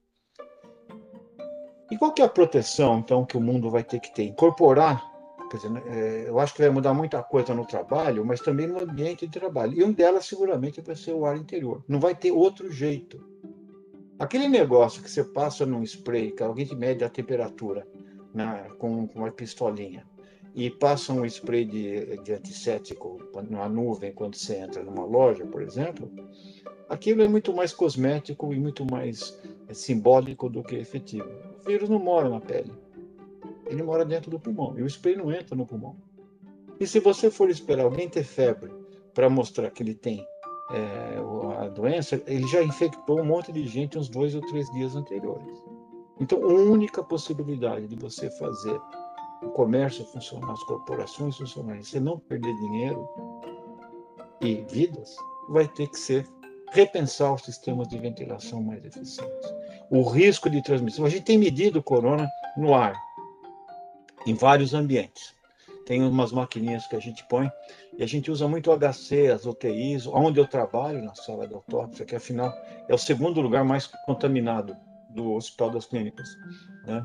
E qual que é a proteção, então, que o mundo vai ter que ter? Incorporar, quer dizer, eu acho que vai mudar muita coisa no trabalho, mas também no ambiente de trabalho. E um delas, seguramente, vai ser o ar interior. Não vai ter outro jeito. Aquele negócio que você passa num spray, que alguém te mede a temperatura com uma pistolinha, e passa um spray de antisséptico numa nuvem quando você entra numa loja, por exemplo, aquilo é muito mais cosmético e muito mais simbólico do que efetivo. O vírus não mora na pele, ele mora dentro do pulmão, e o spray não entra no pulmão. E se você for esperar alguém ter febre para mostrar que ele tem a doença, ele já infectou um monte de gente uns 2 ou 3 dias anteriores. Então, a única possibilidade de você fazer o comércio funcionar, as corporações funcionarem, você não perder dinheiro e vidas, vai ter que ser repensar os sistemas de ventilação mais eficientes. O risco de transmissão, a gente tem medido o corona no ar, em vários ambientes. Tem umas maquininhas que a gente põe, e a gente usa muito o HC, as UTIs, onde eu trabalho, na sala de autópsia, que afinal é o segundo lugar mais contaminado do Hospital das Clínicas, né?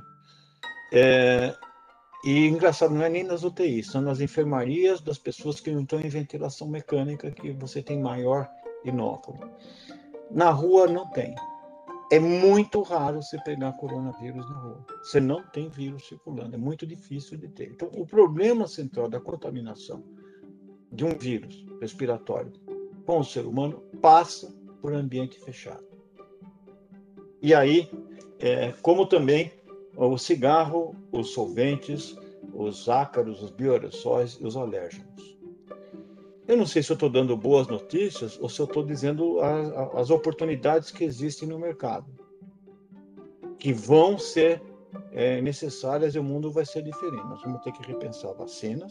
E engraçado, não é nem nas UTIs, são nas enfermarias das pessoas que não estão em ventilação mecânica que você tem maior inóculo. Na rua não tem. É muito raro você pegar coronavírus na rua. Você não tem vírus circulando, é muito difícil de ter. Então, o problema central da contaminação de um vírus respiratório com o ser humano passa por ambiente fechado. E aí, como também o cigarro, os solventes, os ácaros, os bioaerossóis e os alérgenos. Eu não sei se eu estou dando boas notícias ou se eu estou dizendo as oportunidades que existem no mercado, que vão ser necessárias e o mundo vai ser diferente. Nós vamos ter que repensar vacinas.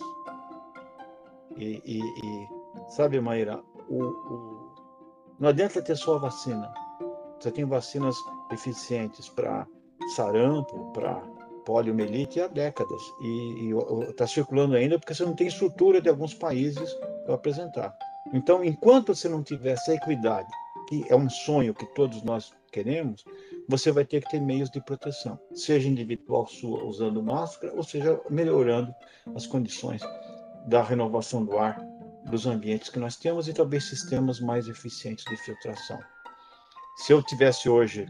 Sabe, Maíra, não adianta ter só a vacina. Você tem vacinas eficientes para sarampo, para poliomielite há décadas. E está circulando ainda porque você não tem estrutura de alguns países para apresentar. Então, enquanto você não tiver essa equidade, que é um sonho que todos nós queremos, você vai ter que ter meios de proteção, seja individual sua usando máscara, ou seja, melhorando as condições da renovação do ar dos ambientes que nós temos e talvez sistemas mais eficientes de filtração. Se eu tivesse hoje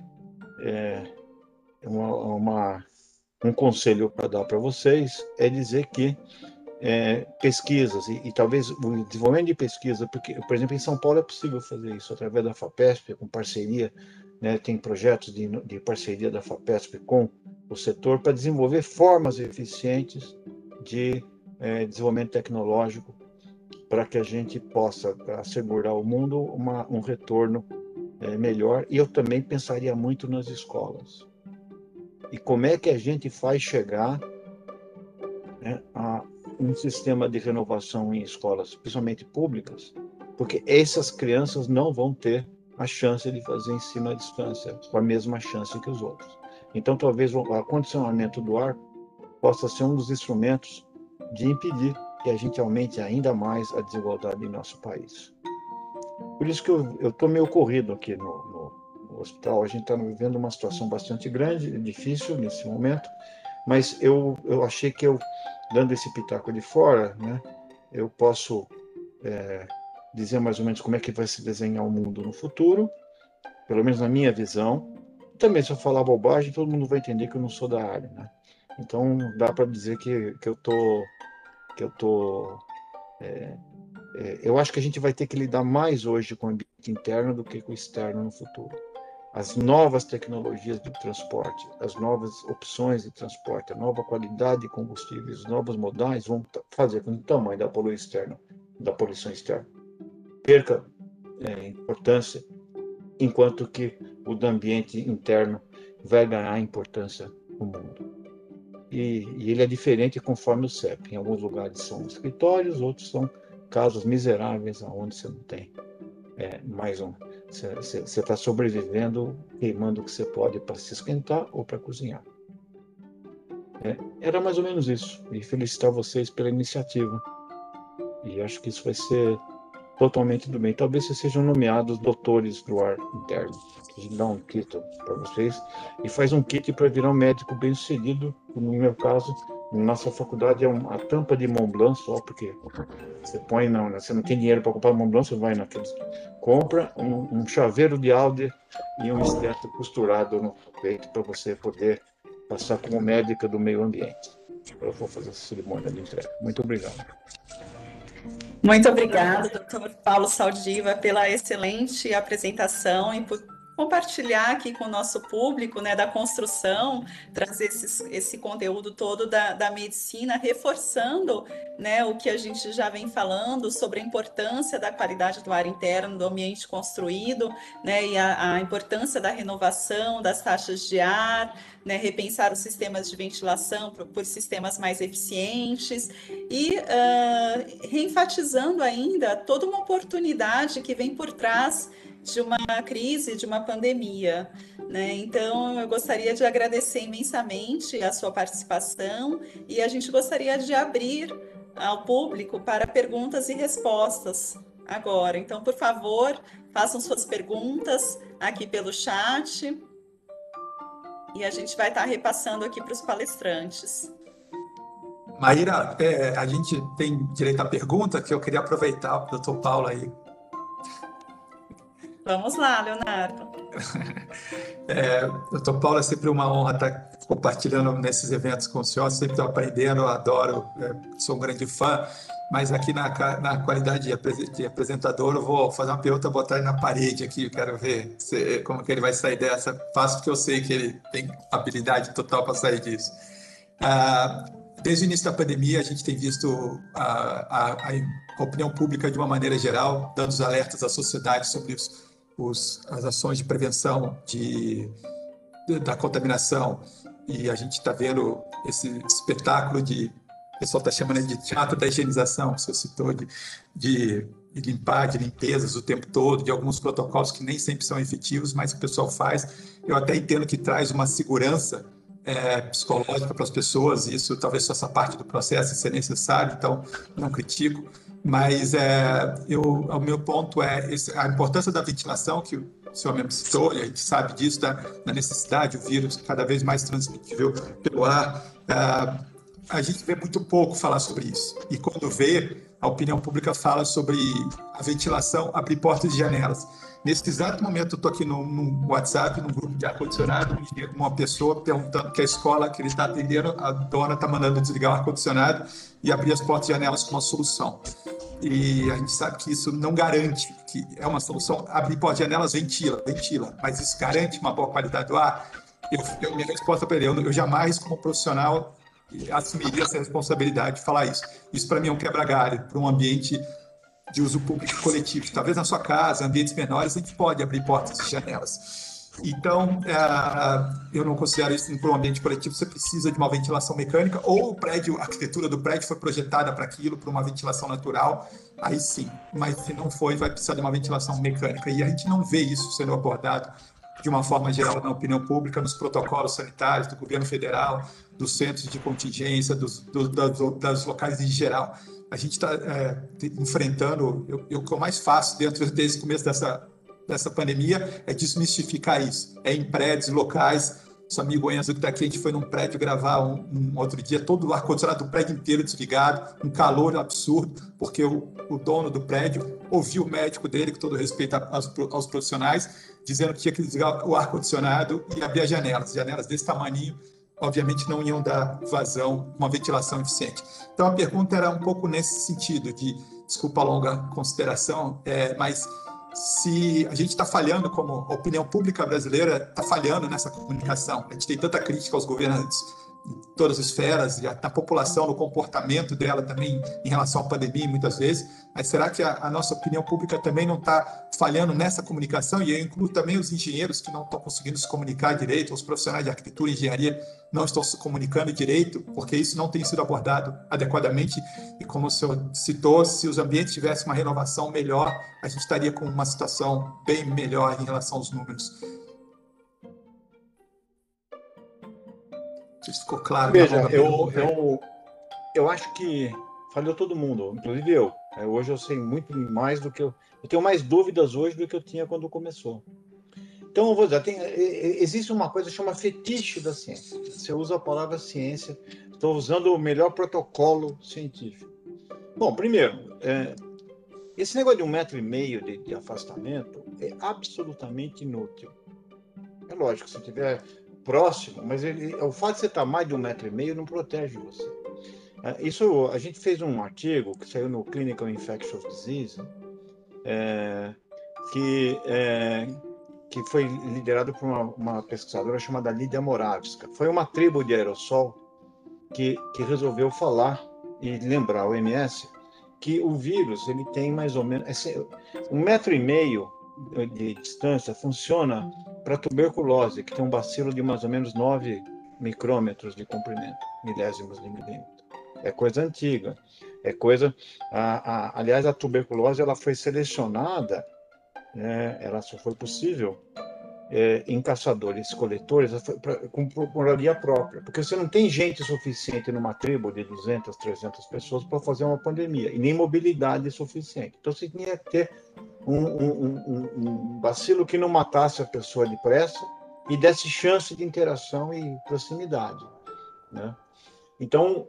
um conselho para dar para vocês, é dizer que pesquisas e talvez o desenvolvimento de pesquisa, porque, por exemplo, em São Paulo é possível fazer isso através da FAPESP, com parceria, né, tem projetos de parceria da FAPESP com o setor para desenvolver formas eficientes de desenvolvimento tecnológico para que a gente possa assegurar ao mundo um retorno melhor. E eu também pensaria muito nas escolas. E como é que a gente faz chegar a um sistema de renovação em escolas, principalmente públicas, porque essas crianças não vão ter a chance de fazer ensino à distância com a mesma chance que os outros. Então, talvez o acondicionamento do ar possa ser um dos instrumentos de impedir que a gente aumente ainda mais a desigualdade em nosso país. Por isso que eu estou meio corrido aqui no hospital. A gente está vivendo uma situação bastante grande, difícil nesse momento, mas eu achei que dando esse pitaco de fora, né, eu posso dizer mais ou menos como é que vai se desenhar o mundo no futuro, pelo menos na minha visão. Também, se eu falar bobagem, todo mundo vai entender que eu não sou da área, né? Então, dá para dizer que eu acho que a gente vai ter que lidar mais hoje com o ambiente interno do que com o externo no futuro. As novas tecnologias de transporte, as novas opções de transporte, a nova qualidade de combustíveis, os novos modais vão fazer com que o tamanho da poluição externa perca importância, enquanto que o do ambiente interno vai ganhar importância no mundo. E ele é diferente conforme o CEP. Em alguns lugares são escritórios, outros são casas miseráveis, onde você não tem mais Você está sobrevivendo, queimando o que você pode para se esquentar ou para cozinhar. Era mais ou menos isso. E felicitar vocês pela iniciativa. E acho que isso vai ser totalmente do bem. Talvez vocês sejam nomeados doutores do ar interno. A gente dá um título para vocês e faz um kit para virar um médico bem-sucedido. No meu caso, nossa faculdade é a tampa de Mont Blanc só, porque você põe, não, né? Você não tem dinheiro para comprar Mont Blanc, você vai naqueles. Compra um chaveiro de Alder e um esteto costurado no peito para você poder passar como médica do meio ambiente. Eu vou fazer essa cerimônia de entrega. Muito obrigado. Muito obrigada, doutor Paulo Saldiva, pela excelente apresentação e por compartilhar aqui com o nosso público, né, da construção, trazer esse conteúdo todo da medicina, reforçando, né, o que a gente já vem falando sobre a importância da qualidade do ar interno, do ambiente construído, né, e a importância da renovação das taxas de ar, né, repensar os sistemas de ventilação por sistemas mais eficientes e reenfatizando ainda toda uma oportunidade que vem por trás de uma crise, de uma pandemia, né? Então, eu gostaria de agradecer imensamente a sua participação e a gente gostaria de abrir ao público para perguntas e respostas agora. Então, por favor, façam suas perguntas aqui pelo chat e a gente vai estar repassando aqui para os palestrantes. Maíra, a gente tem direito à pergunta, que eu queria aproveitar o doutor Paulo aí. Vamos lá, Leonardo. Doutor Paulo, é sempre uma honra estar compartilhando nesses eventos com o senhor, sempre estou aprendendo, eu adoro, sou um grande fã, mas aqui na qualidade de apresentador eu vou fazer uma pergunta, botar ele na parede aqui, eu quero ver como que ele vai sair dessa, fácil, porque eu sei que ele tem habilidade total para sair disso. Desde o início da pandemia, a gente tem visto a opinião pública, de uma maneira geral, dando os alertas à sociedade sobre as ações de prevenção da contaminação. E a gente está vendo esse espetáculo o pessoal está chamando de teatro da higienização, que você citou, de limpar, de limpezas o tempo todo, de alguns protocolos que nem sempre são efetivos, mas o pessoal faz. Eu até entendo que traz uma segurança psicológica para as pessoas, e isso talvez faça parte do processo, ser necessário, então não critico, mas o meu ponto é a importância da ventilação, que o senhor mesmo citou, e a gente sabe disso, da necessidade, o vírus cada vez mais transmitível pelo ar. A gente vê muito pouco falar sobre isso, e quando vê, a opinião pública fala sobre a ventilação, abrir portas e janelas. Nesse exato momento, eu estou aqui no WhatsApp, num grupo de ar-condicionado, me chega uma pessoa perguntando que a escola que ele está atendendo, a dona está mandando desligar o ar-condicionado e abrir as portas e janelas como uma solução. E a gente sabe que isso não garante que é uma solução. Abrir portas e janelas ventila, mas isso garante uma boa qualidade do ar? Minha resposta para ele, eu jamais, como profissional, assumiria essa responsabilidade de falar isso. Isso, para mim, é um quebra-galho para um ambiente de uso público coletivo. Talvez na sua casa, ambientes menores, a gente pode abrir portas e janelas. Então, eu não considero isso para um ambiente coletivo. Você precisa de uma ventilação mecânica, ou o prédio, a arquitetura do prédio foi projetada para aquilo, para uma ventilação natural, aí sim. Mas se não foi, vai precisar de uma ventilação mecânica. E a gente não vê isso sendo abordado de uma forma geral na opinião pública, nos protocolos sanitários do governo federal, dos centros de contingência, das locais em geral. A gente está enfrentando, o que eu mais faço desde o começo dessa pandemia é desmistificar isso. Em prédios locais, nosso amigo Enzo que está aqui, a gente foi num prédio gravar um outro dia, todo o ar-condicionado do prédio inteiro desligado, um calor absurdo, porque o dono do prédio ouviu o médico dele, com todo respeito aos profissionais, dizendo que tinha que desligar o ar-condicionado e abrir as janelas desse tamaninho, obviamente não iam dar vazão, uma ventilação eficiente. Então a pergunta era um pouco nesse sentido, desculpa a longa consideração, mas se a gente está falhando, como a opinião pública brasileira está falhando nessa comunicação, a gente tem tanta crítica aos governantes em todas as esferas, e na população, no comportamento dela também em relação à pandemia, muitas vezes. Mas será que a nossa opinião pública também não está falhando nessa comunicação? E eu incluo também os engenheiros que não estão conseguindo se comunicar direito, os profissionais de arquitetura e engenharia não estão se comunicando direito, porque isso não tem sido abordado adequadamente. E como o senhor citou, se os ambientes tivessem uma renovação melhor, a gente estaria com uma situação bem melhor em relação aos números. Isso ficou claro. Veja, eu acho que falhou todo mundo, inclusive eu. Hoje eu sei muito mais do que eu tenho mais dúvidas hoje do que eu tinha quando começou. Então, eu vou dizer, existe uma coisa que chama fetiche da ciência. Você usa a palavra ciência, estou usando o melhor protocolo científico. Bom, primeiro, esse negócio de 1,5 metro de afastamento é absolutamente inútil. É lógico, se estiver próximo, mas o fato de você estar mais de 1,5 metro não protege você. Isso, a gente fez um artigo que saiu no Clinical Infectious Disease, que foi liderado por uma pesquisadora chamada Lídia Moravska. Foi uma tribo de aerossol que resolveu falar e lembrar a OMS que o vírus ele tem mais ou menos 1,5 metro de distância funciona para tuberculose, que tem um bacilo de mais ou menos 9 micrômetros de comprimento, milésimos de milímetro. É coisa antiga, é coisa. Aliás, a tuberculose ela foi selecionada, ela só foi possível em caçadores-coletores com moradia própria, porque você não tem gente suficiente numa tribo de 200, 300 pessoas para fazer uma pandemia, e nem mobilidade suficiente. Então, você tinha que ter um bacilo que não matasse a pessoa depressa e desse chance de interação e proximidade, né? Então,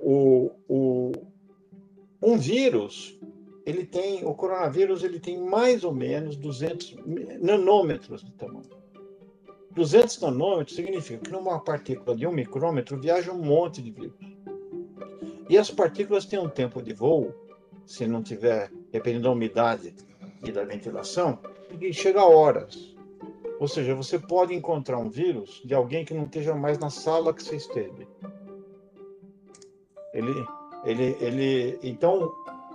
um vírus, o coronavírus, ele tem mais ou menos 200 nanômetros de tamanho. 200 nanômetros significa que numa partícula de 1 micrômetro viaja um monte de vírus. E as partículas têm um tempo de voo, se não tiver, dependendo da umidade e da ventilação, que chega a horas. Ou seja, você pode encontrar um vírus de alguém que não esteja mais na sala que você esteve. Então,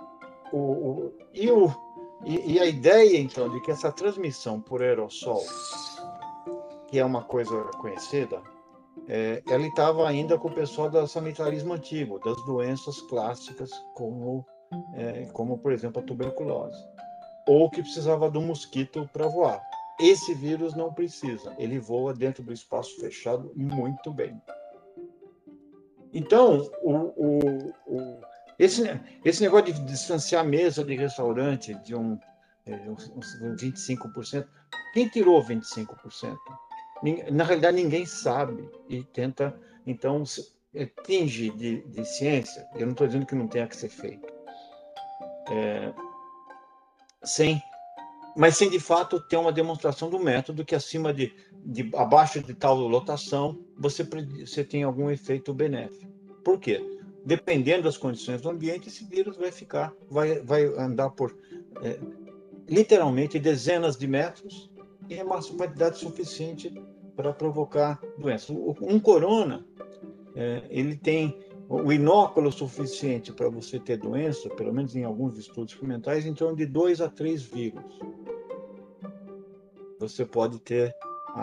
a ideia, então, de que essa transmissão por aerossol, que é uma coisa conhecida, ela estava ainda com o pessoal do sanitarismo antigo, das doenças clássicas, como, por exemplo, a tuberculose, ou que precisava do mosquito para voar. Esse vírus não precisa, ele voa dentro do espaço fechado muito bem. Então, esse negócio de distanciar a mesa de restaurante de uns 25%, quem tirou 25%? Na realidade, ninguém sabe e tenta, então, tinge de ciência. Eu não estou dizendo que não tenha que ser feito. Mas sem, de fato, ter uma demonstração do método que abaixo de tal lotação, você tem algum efeito benéfico. Por quê? Dependendo das condições do ambiente, esse vírus vai andar por, literalmente, dezenas de metros e é uma quantidade suficiente para provocar doença. Um corona, ele tem o inóculo suficiente para você ter doença, pelo menos em alguns estudos experimentais, em torno de 2 a 3 vírus. Você pode ter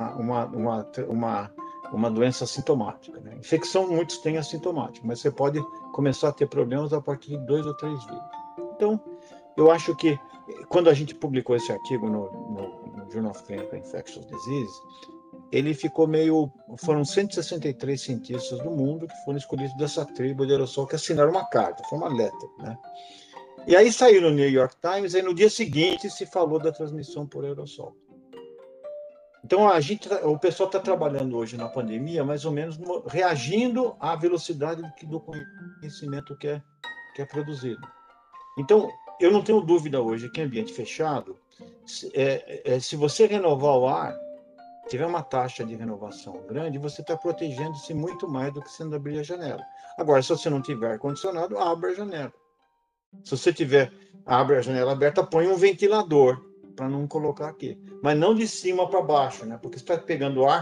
uma doença assintomática, né? Infecção, muitos têm assintomática, mas você pode começar a ter problemas a partir de 2 ou 3 vírus. Então, eu acho que, quando a gente publicou esse artigo no Journal of Clinical Infectious Disease, ele ficou foram 163 cientistas do mundo que foram escolhidos dessa tribo de aerossol que assinaram uma carta, foi uma letra, né? E aí saiu no New York Times, e no dia seguinte se falou da transmissão por aerossol. Então, o pessoal está trabalhando hoje na pandemia, mais ou menos reagindo à velocidade do conhecimento que é produzido. Então, eu não tenho dúvida hoje que em ambiente fechado, se você renovar o ar, tiver uma taxa de renovação grande, você está protegendo-se muito mais do que sendo abrir a janela. Agora, se você não tiver ar-condicionado, abre a janela. Se você abre a janela aberta, põe um ventilador, para não colocar aqui. Mas não de cima para baixo, né? Porque você está pegando ar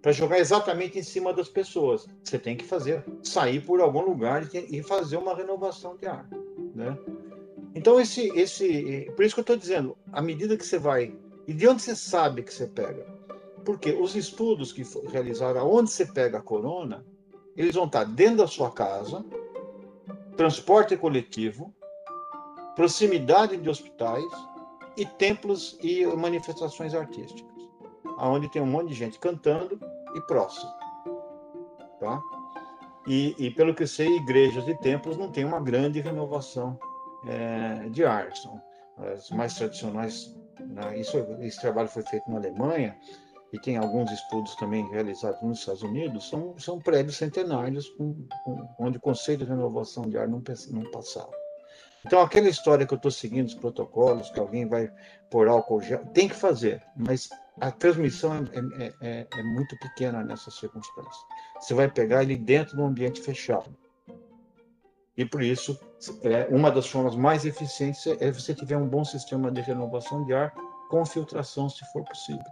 para jogar exatamente em cima das pessoas. Você tem que sair por algum lugar e fazer uma renovação de ar, né? Então, por isso que eu estou dizendo, à medida que você vai... E de onde você sabe que você pega? Porque os estudos que realizaram aonde você pega a corona, eles vão estar dentro da sua casa, transporte coletivo, proximidade de hospitais e templos e manifestações artísticas, aonde tem um monte de gente cantando e próximo, tá? E pelo que eu sei, igrejas e templos não tem uma grande renovação de ar, são as mais tradicionais, né? Esse trabalho foi feito na Alemanha e tem alguns estudos também realizados nos Estados Unidos, são prédios centenários onde o conceito de renovação de ar não passava. Então, aquela história que eu estou seguindo os protocolos, que alguém vai pôr álcool gel, tem que fazer, mas a transmissão é muito pequena nessas circunstâncias. Você vai pegar ele dentro de um ambiente fechado. E, por isso, uma das formas mais eficientes é você tiver um bom sistema de renovação de ar com filtração, se for possível.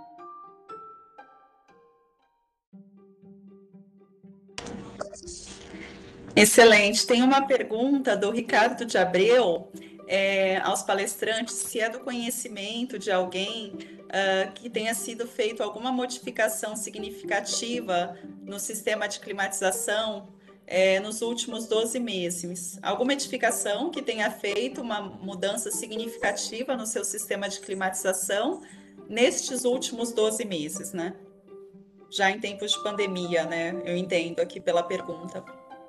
Excelente. Tem uma pergunta do Ricardo de Abreu aos palestrantes, se é do conhecimento de alguém que tenha sido feito alguma modificação significativa no sistema de climatização nos últimos 12 meses. Alguma edificação que tenha feito uma mudança significativa no seu sistema de climatização nestes últimos 12 meses, né? Já em tempos de pandemia, né? Eu entendo aqui pela pergunta.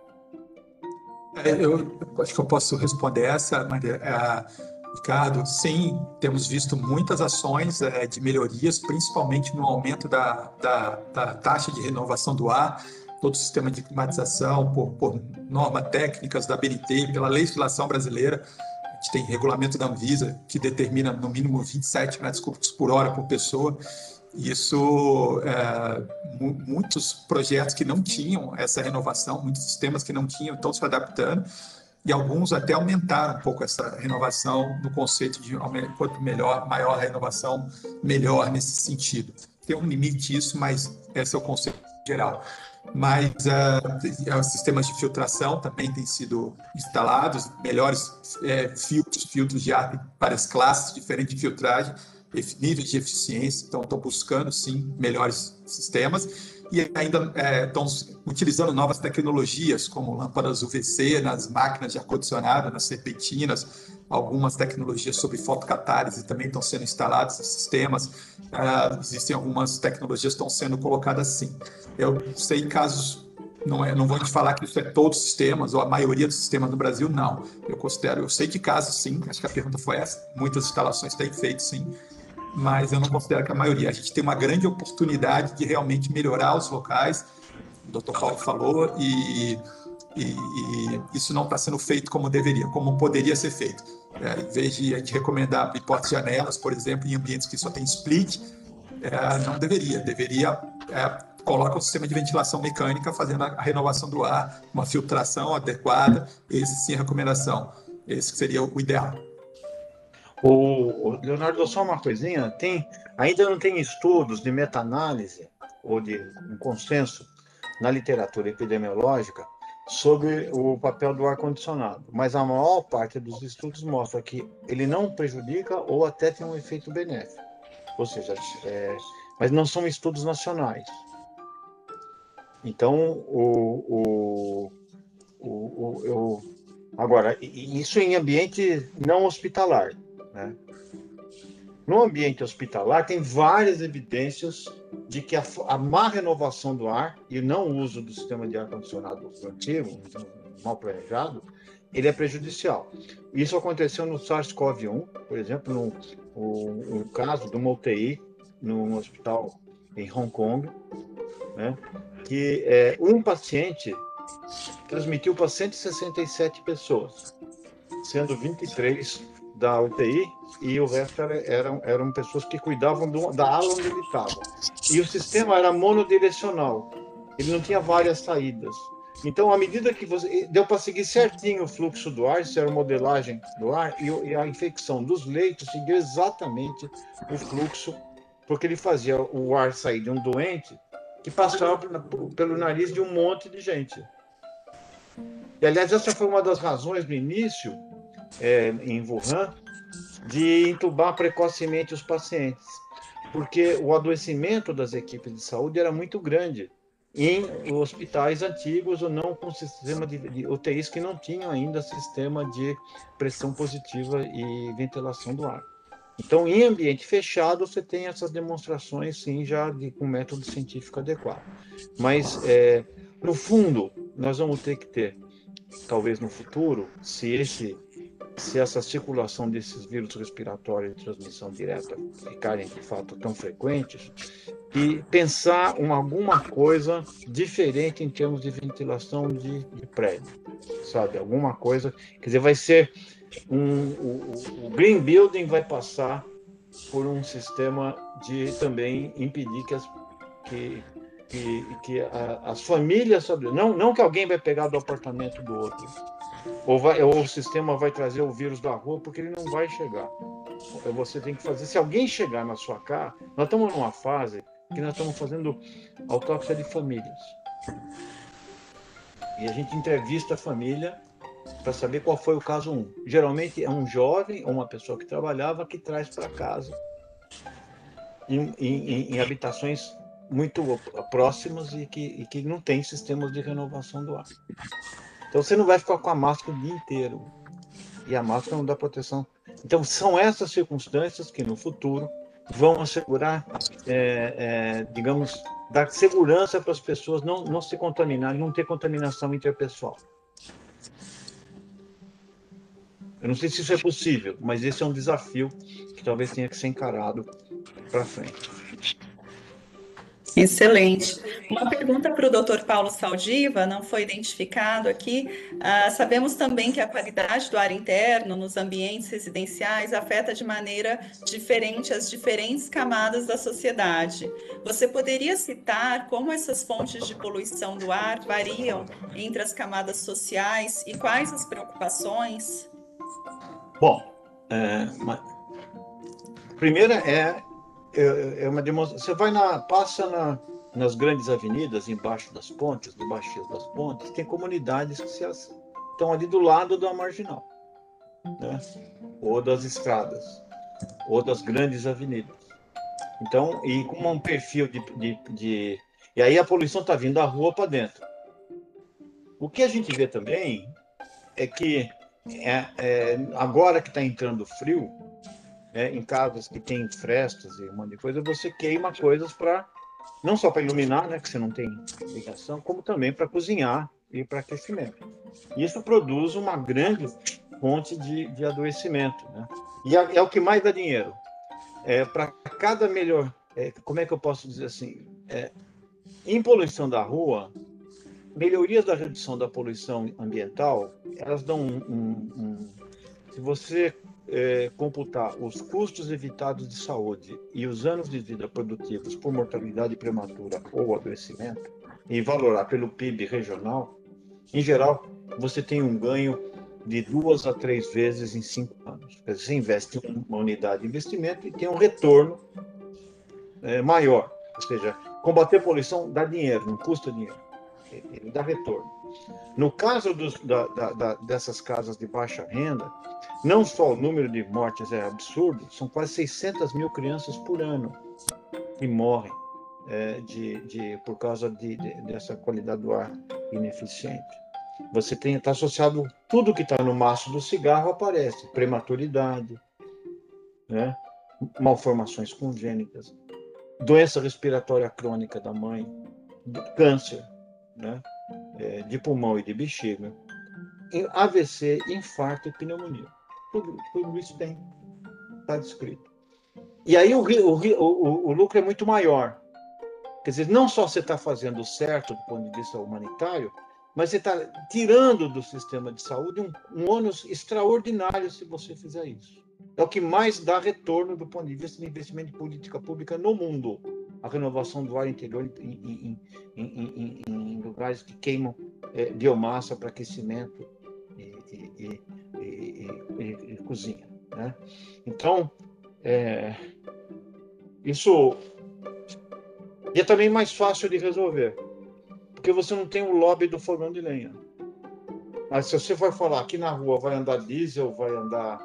Eu acho que eu posso responder essa, Maria. Ricardo, sim, temos visto muitas ações de melhorias, principalmente no aumento da taxa de renovação do ar, todo o sistema de climatização, por normas técnicas da ABNT, pela legislação brasileira. A gente tem regulamento da Anvisa, que determina no mínimo 27 metros cúbicos por hora por pessoa. Isso, muitos projetos que não tinham essa renovação, muitos sistemas que não tinham, estão se adaptando, e alguns até aumentaram um pouco essa renovação no conceito de quanto maior a renovação, melhor nesse sentido. Tem um limite isso, mas esse é o conceito geral. Mas os sistemas de filtração também têm sido instalados, melhores filtros de ar, tem várias classes diferentes de filtragem, níveis de eficiência, então estão buscando, sim, melhores sistemas e ainda estão utilizando novas tecnologias, como lâmpadas UVC nas máquinas de ar-condicionado, nas serpentinas, algumas tecnologias sobre fotocatálise também estão sendo instaladas em sistemas, existem algumas tecnologias que estão sendo colocadas sim. Eu sei casos, não vou te falar que isso é todos os sistemas, ou a maioria dos sistemas no Brasil, não. Eu sei de casos sim, acho que a pergunta foi essa, muitas instalações têm feito sim, mas eu não considero que a maioria. A gente tem uma grande oportunidade de realmente melhorar os locais, o Dr. Paulo falou, e isso não está sendo feito como deveria, como poderia ser feito. Em vez de a gente recomendar abrir portas e janelas, por exemplo, em ambientes que só tem split, não deveria. Coloca o sistema de ventilação mecânica fazendo a renovação do ar, uma filtração adequada, esse sim é a recomendação. Esse seria o ideal. Leonardo, só uma coisinha, ainda não tem estudos de meta-análise ou de um consenso na literatura epidemiológica sobre o papel do ar-condicionado, mas a maior parte dos estudos mostra que ele não prejudica ou até tem um efeito benéfico, ou seja, mas não são estudos nacionais. Então, agora, isso em ambiente não hospitalar, né? No ambiente hospitalar, tem várias evidências de que a má renovação do ar e o não uso do sistema de ar-condicionado antigo, mal planejado, ele é prejudicial. Isso aconteceu no SARS-CoV-1, por exemplo, no caso de uma UTI num hospital em Hong Kong, né, que um paciente transmitiu para 167 pessoas, sendo 23 da UTI e o resto eram pessoas que cuidavam da ala onde ele estava. E o sistema era monodirecional, ele não tinha várias saídas. Então, à medida que deu para seguir certinho o fluxo do ar, isso era modelagem do ar, e a infecção dos leitos seguiu exatamente o fluxo, porque ele fazia o ar sair de um doente que passava pelo nariz de um monte de gente. E, aliás, essa foi uma das razões no início, em Wuhan, de entubar precocemente os pacientes, porque o adoecimento das equipes de saúde era muito grande em hospitais antigos ou não com sistema de UTIs que não tinham ainda sistema de pressão positiva e ventilação do ar. Então, em ambiente fechado, você tem essas demonstrações, sim, já com método científico adequado. Mas, no fundo, nós vamos ter que ter, talvez no futuro, se essa circulação desses vírus respiratórios de transmissão direta ficarem, de fato, tão frequentes, e pensar em alguma coisa diferente em termos de ventilação de prédio, sabe? Alguma coisa, quer dizer, vai ser o Green Building vai passar por um sistema de também impedir que as famílias, sabe? Não que alguém vai pegar do apartamento do outro, ou o sistema vai trazer o vírus da rua, porque ele não vai chegar. Você tem que fazer. Se alguém chegar na sua casa, nós estamos numa fase que nós estamos fazendo autópsia de famílias. E a gente entrevista a família para saber qual foi o caso 1. Geralmente é um jovem ou uma pessoa que trabalhava que traz para casa em habitações muito próximas e que não tem sistemas de renovação do ar. Então você não vai ficar com a máscara o dia inteiro. E a máscara não dá proteção. Então são essas circunstâncias que no futuro vão assegurar, digamos, dar segurança para as pessoas não se contaminarem, não ter contaminação interpessoal. Eu não sei se isso é possível, mas esse é um desafio que talvez tenha que ser encarado para frente. Excelente. Uma pergunta para o Dr. Paulo Saldiva, não foi identificado aqui. Sabemos também que a qualidade do ar interno nos ambientes residenciais afeta de maneira diferente as diferentes camadas da sociedade. Você poderia citar como essas fontes de poluição do ar variam entre as camadas sociais e quais as preocupações? Bom, primeira é uma demonstração. Você passa nas grandes avenidas, embaixo das pontes, debaixo das pontes, tem comunidades que estão ali do lado da marginal, né? Ou das estradas, ou das grandes avenidas. Então, e com um perfil e aí a poluição está vindo da rua para dentro. O que a gente vê também é que agora que está entrando frio, em casas que tem frestas e um monte de coisa, você queima coisas não só para iluminar, né, que você não tem ligação, como também para cozinhar e para aquecimento. Isso produz uma grande fonte de adoecimento, né? E é o que mais dá dinheiro. Para cada melhor, como é que eu posso dizer assim? Em poluição da rua, melhorias da redução da poluição ambiental, elas dão se você computar os custos evitados de saúde e os anos de vida produtivos por mortalidade prematura ou adoecimento, e valorar pelo PIB regional, em geral, você tem um ganho de 2 a 3 vezes em 5 anos. Você investe em uma unidade de investimento e tem um retorno maior. Ou seja, combater a poluição dá dinheiro, não custa dinheiro. Ele dá retorno. No caso dessas casas de baixa renda, não só o número de mortes é absurdo, são quase 600 mil crianças por ano que morrem por causa dessa qualidade do ar ineficiente. Você está associado, tudo que está no maço do cigarro aparece, prematuridade, né? Malformações congênitas, doença respiratória crônica da mãe, câncer, né? De pulmão e de bexiga, AVC, infarto e pneumonia. Tudo isso está descrito. E aí o lucro é muito maior. Quer dizer, não só você está fazendo certo do ponto de vista humanitário, mas você está tirando do sistema de saúde um ônus extraordinário se você fizer isso. É o que mais dá retorno do ponto de vista de investimento de política pública no mundo. A renovação do ar interior em lugares que queimam biomassa para aquecimento e cozinha, né? Então, isso E é também mais fácil de resolver, porque você não tem o lobby do fogão de lenha. Mas se você for falar aqui na rua, vai andar diesel, vai andar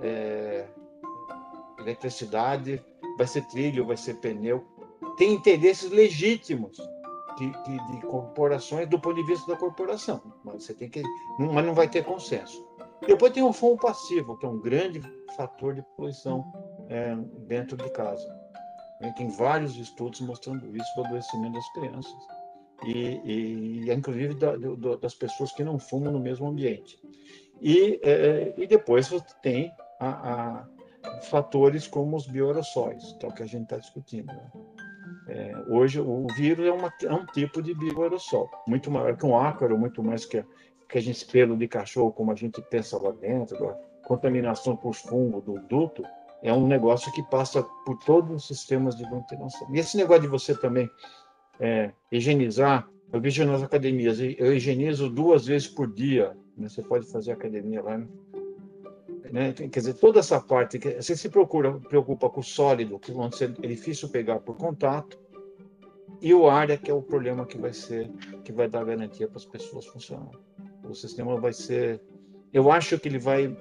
eletricidade, vai ser trilho, vai ser pneu, tem interesses legítimos de corporações do ponto de vista da corporação, mas você tem que, mas não vai ter consenso. Depois tem o fogo passivo, que é um grande fator de poluição dentro de casa. Tem vários estudos mostrando isso do adoecimento das crianças e inclusive das pessoas que não fumam no mesmo ambiente. E depois você tem fatores como os bioaerossóis, que é o que a gente está discutindo, né? Hoje, o vírus é um tipo de bioaerossol, muito maior que um ácaro, muito mais que a gente pelo de cachorro, como a gente pensa lá dentro, a contaminação por fungo do duto, é um negócio que passa por todos os sistemas de ventilação. E esse negócio de você também higienizar, eu vejo nas academias, eu higienizo 2 vezes por dia, né? Você pode fazer academia lá, né? Quer dizer, toda essa parte, você se preocupa com o sólido, que é difícil pegar por contato, e o ar que é o problema que vai dar garantia para as pessoas funcionarem. O sistema vai ser, eu acho que ele vai,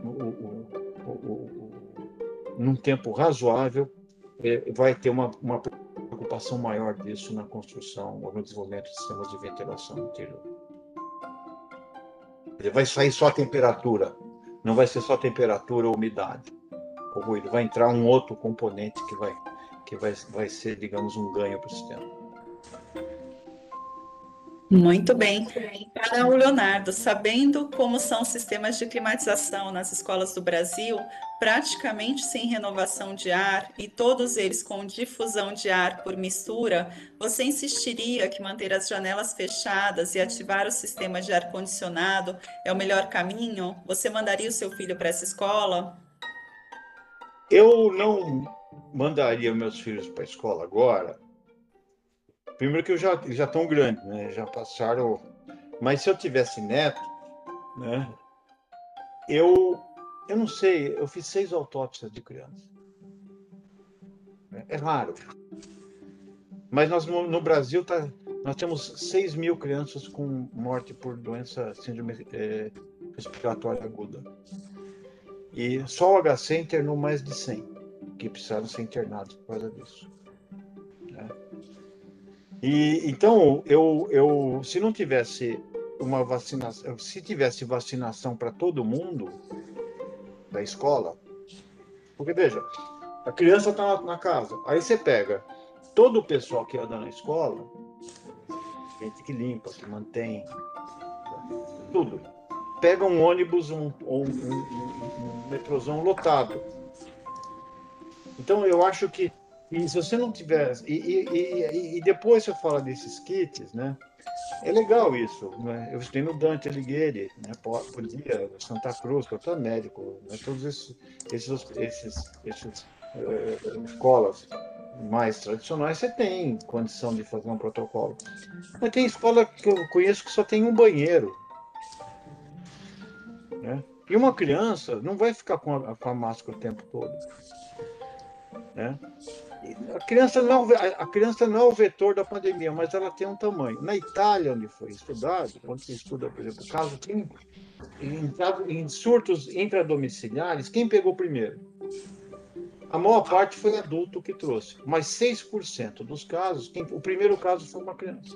num tempo razoável, vai ter uma preocupação maior disso na construção ou no desenvolvimento de sistemas de ventilação interior. Ele vai sair só a temperatura, não vai ser só temperatura ou umidade. O ruído vai entrar um outro componente que vai ser, digamos, um ganho para o sistema. Muito bem. Para o Leonardo, sabendo como são os sistemas de climatização nas escolas do Brasil, praticamente sem renovação de ar e todos eles com difusão de ar por mistura, você insistiria que manter as janelas fechadas e ativar o sistema de ar-condicionado é o melhor caminho? Você mandaria o seu filho para essa escola? Eu não mandaria meus filhos para a escola agora. Primeiro que eu já estão grandes, né? Já passaram. Mas se eu tivesse neto, né? Eu não sei. Eu fiz 6 autópsias de criança. É raro. Mas nós no Brasil nós temos 6 mil crianças com morte por doença síndrome respiratória aguda. E só o HC internou mais de 100 que precisaram ser internados por causa disso. E então se não tivesse uma vacinação, se tivesse vacinação para todo mundo da escola, porque veja, a criança está na casa, aí você pega todo o pessoal que anda na escola, gente que limpa, que mantém tudo, pega um ônibus um metrôzão lotado. Então eu acho que se você não tiver e depois você fala desses kits, né? É legal isso, né? Eu estudei no Dante Alighieri, né? Podia, Santa Cruz, que eu estou médico, né? Todos esses escolas mais tradicionais, você tem condição de fazer um protocolo. Mas tem escola que eu conheço que só tem um banheiro, né? E uma criança não vai ficar com a máscara o tempo todo, né? A criança não é o vetor da pandemia, mas ela tem um tamanho. Na Itália, onde foi estudado, quando se estuda, por exemplo, o caso em surtos intradomiciliares, quem pegou primeiro? A maior parte foi adulto que trouxe, mas 6% dos casos, o primeiro caso foi uma criança.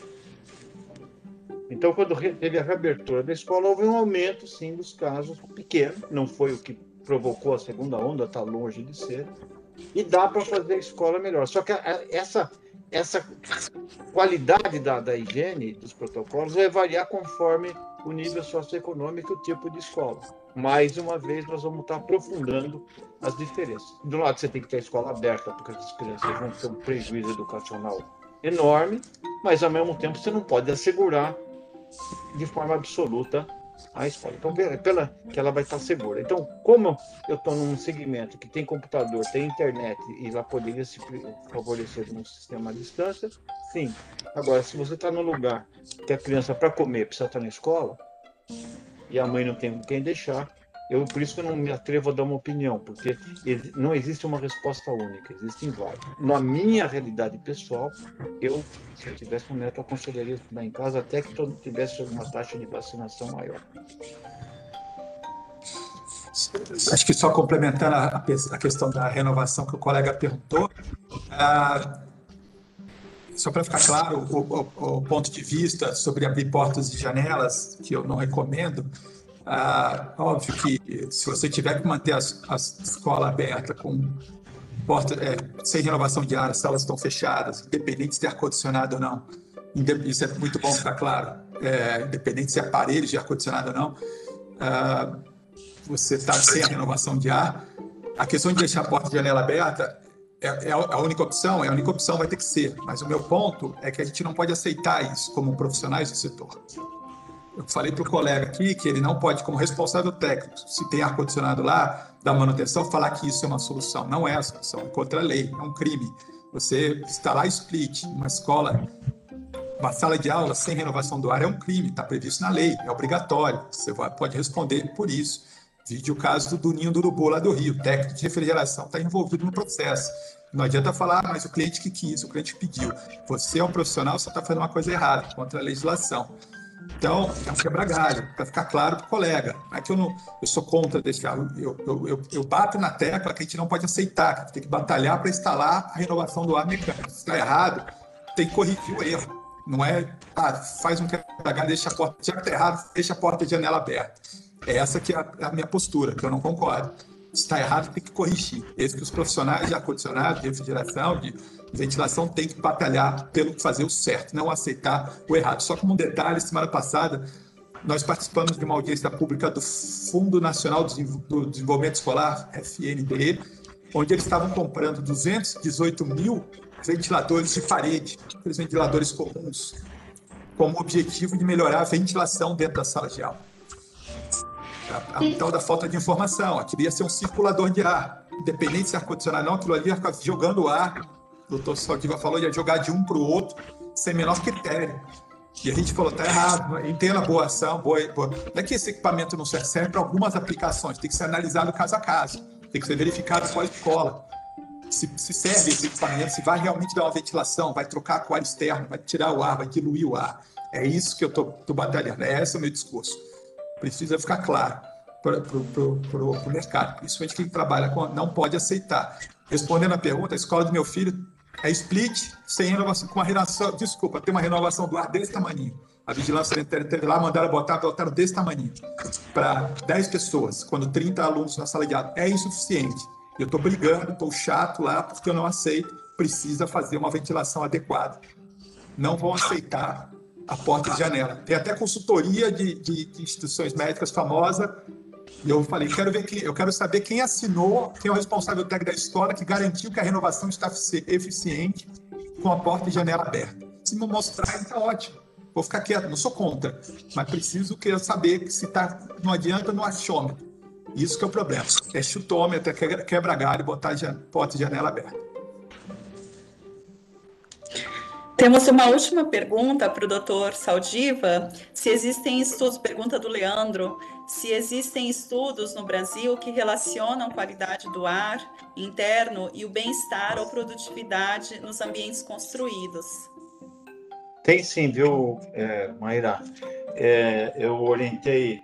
Então, quando teve a reabertura da escola, houve um aumento, sim, dos casos, pequeno, não foi o que provocou a segunda onda, está longe de ser, e dá para fazer a escola melhor. Só que essa qualidade da higiene dos protocolos vai variar conforme o nível socioeconômico e o tipo de escola. Mais uma vez, nós vamos estar aprofundando as diferenças. Do lado, você tem que ter a escola aberta, porque as crianças vão ter um prejuízo educacional enorme, mas, ao mesmo tempo, você não pode assegurar de forma absoluta a escola. Então, que ela vai estar segura. Então, como eu estou num segmento que tem computador, tem internet, e ela poderia se favorecer num sistema à distância, sim. Agora, se você está num lugar que a criança, para comer, precisa estar na escola, e a mãe não tem com quem deixar, Por isso que eu não me atrevo a dar uma opinião, porque não existe uma resposta única, existem várias. Na minha realidade pessoal, se eu tivesse um neto, eu aconselharia estudar em casa até que todo tivesse uma taxa de vacinação maior. Acho que só complementando a questão da renovação que o colega perguntou, só para ficar claro, o ponto de vista sobre abrir portas e janelas, que eu não recomendo, óbvio que se você tiver que manter a escola aberta com porta, sem renovação de ar, as salas estão fechadas, independente se tem ar-condicionado ou não, isso é muito bom ficar claro, independente se é aparelhos de ar-condicionado ou não, você está sem a renovação de ar, a questão de deixar a porta e janela aberta é a única opção, vai ter que ser. Mas o meu ponto é que a gente não pode aceitar isso como profissionais do setor. Eu falei para o colega aqui que ele não pode, como responsável técnico, se tem ar-condicionado lá, da manutenção, falar que isso é uma solução. Não é a solução, é contra a lei, é um crime. Você instalar split, uma escola, uma sala de aula sem renovação do ar é um crime, está previsto na lei, é obrigatório. Você pode responder por isso. Vide o caso do Ninho do Urubu, lá do Rio. O técnico de refrigeração está envolvido no processo. Não adianta falar, mas o cliente que quis, o cliente pediu. Você é um profissional, você está fazendo uma coisa errada, contra a legislação. Então, é um quebra-galho, para ficar claro para o colega. Não é que eu sou contra deixar. Eu bato na tecla que a gente não pode aceitar, que a gente tem que batalhar para instalar a renovação do ar mecânico. Se está errado, tem que corrigir o erro. Não é, faz um quebra-galho, deixa a porta, já que está errado, deixa a porta e janela aberta. Essa que é a minha postura, que eu não concordo. Se está errado, tem que corrigir. Esse que os profissionais de ar-condicionado, de refrigeração, de ventilação, têm que batalhar pelo fazer o certo, não aceitar o errado. Só como um detalhe, semana passada, nós participamos de uma audiência pública do Fundo Nacional do Desenvolvimento Escolar, FNDE, onde eles estavam comprando 218 mil ventiladores de parede, aqueles ventiladores comuns, como objetivo de melhorar a ventilação dentro da sala de aula. A tal da falta de informação. Aquilo ia ser um circulador de ar. Independente se é ar-condicionado ou não, aquilo ali ia ficar jogando ar. O doutor Saldiva falou, ia jogar de um para o outro, sem menor critério. E a gente falou, está errado, entenda a boa ação, boa. Não é que esse equipamento não serve para algumas aplicações, tem que ser analisado caso a caso, tem que ser verificado pós-escola. Se serve esse equipamento, se vai realmente dar uma ventilação, vai trocar com o ar externo, vai tirar o ar, vai diluir o ar. É isso que eu estou batalhando, esse é o meu discurso. Precisa ficar claro para o mercado, principalmente quem trabalha não pode aceitar. Respondendo a pergunta, a escola do meu filho é split, sem renovação, com uma renovação, desculpa, tem uma renovação do ar desse tamanho. A vigilância sanitária teve lá, botaram desse tamanho, para 10 pessoas, quando 30 alunos na sala de aula. É insuficiente. Eu estou brigando, estou chato lá, porque eu não aceito, precisa fazer uma ventilação adequada. Não vão aceitar a porta de janela. Tem até consultoria de instituições médicas famosa, e eu falei, eu quero saber quem assinou, quem é o responsável técnico da escola que garantiu que a renovação está eficiente com a porta e janela aberta. Se me mostrar, está ótimo. Vou ficar quieto, não sou contra, mas quero saber que se não adianta no achômetro. Isso que é o problema. É chutômetro, é quebra-galho, botar porta e janela aberta. Temos uma última pergunta para o Dr. Saldiva. Se existem estudos, pergunta do Leandro, se existem estudos no Brasil que relacionam a qualidade do ar interno e o bem-estar ou produtividade nos ambientes construídos. Tem sim, viu, Maíra? Eu orientei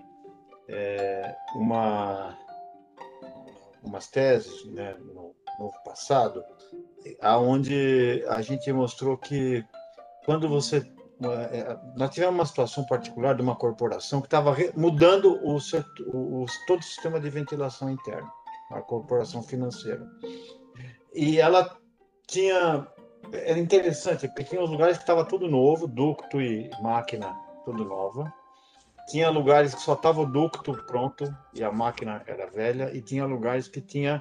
umas teses, né, no passado, aonde a gente mostrou que quando você... nós tivemos uma situação particular de uma corporação que estava mudando todo o sistema de ventilação interna, a corporação financeira. E ela tinha... Era interessante, porque tinha os lugares que estava tudo novo, ducto e máquina tudo nova. Tinha lugares que só estava o ducto pronto e a máquina era velha, e tinha lugares que tinha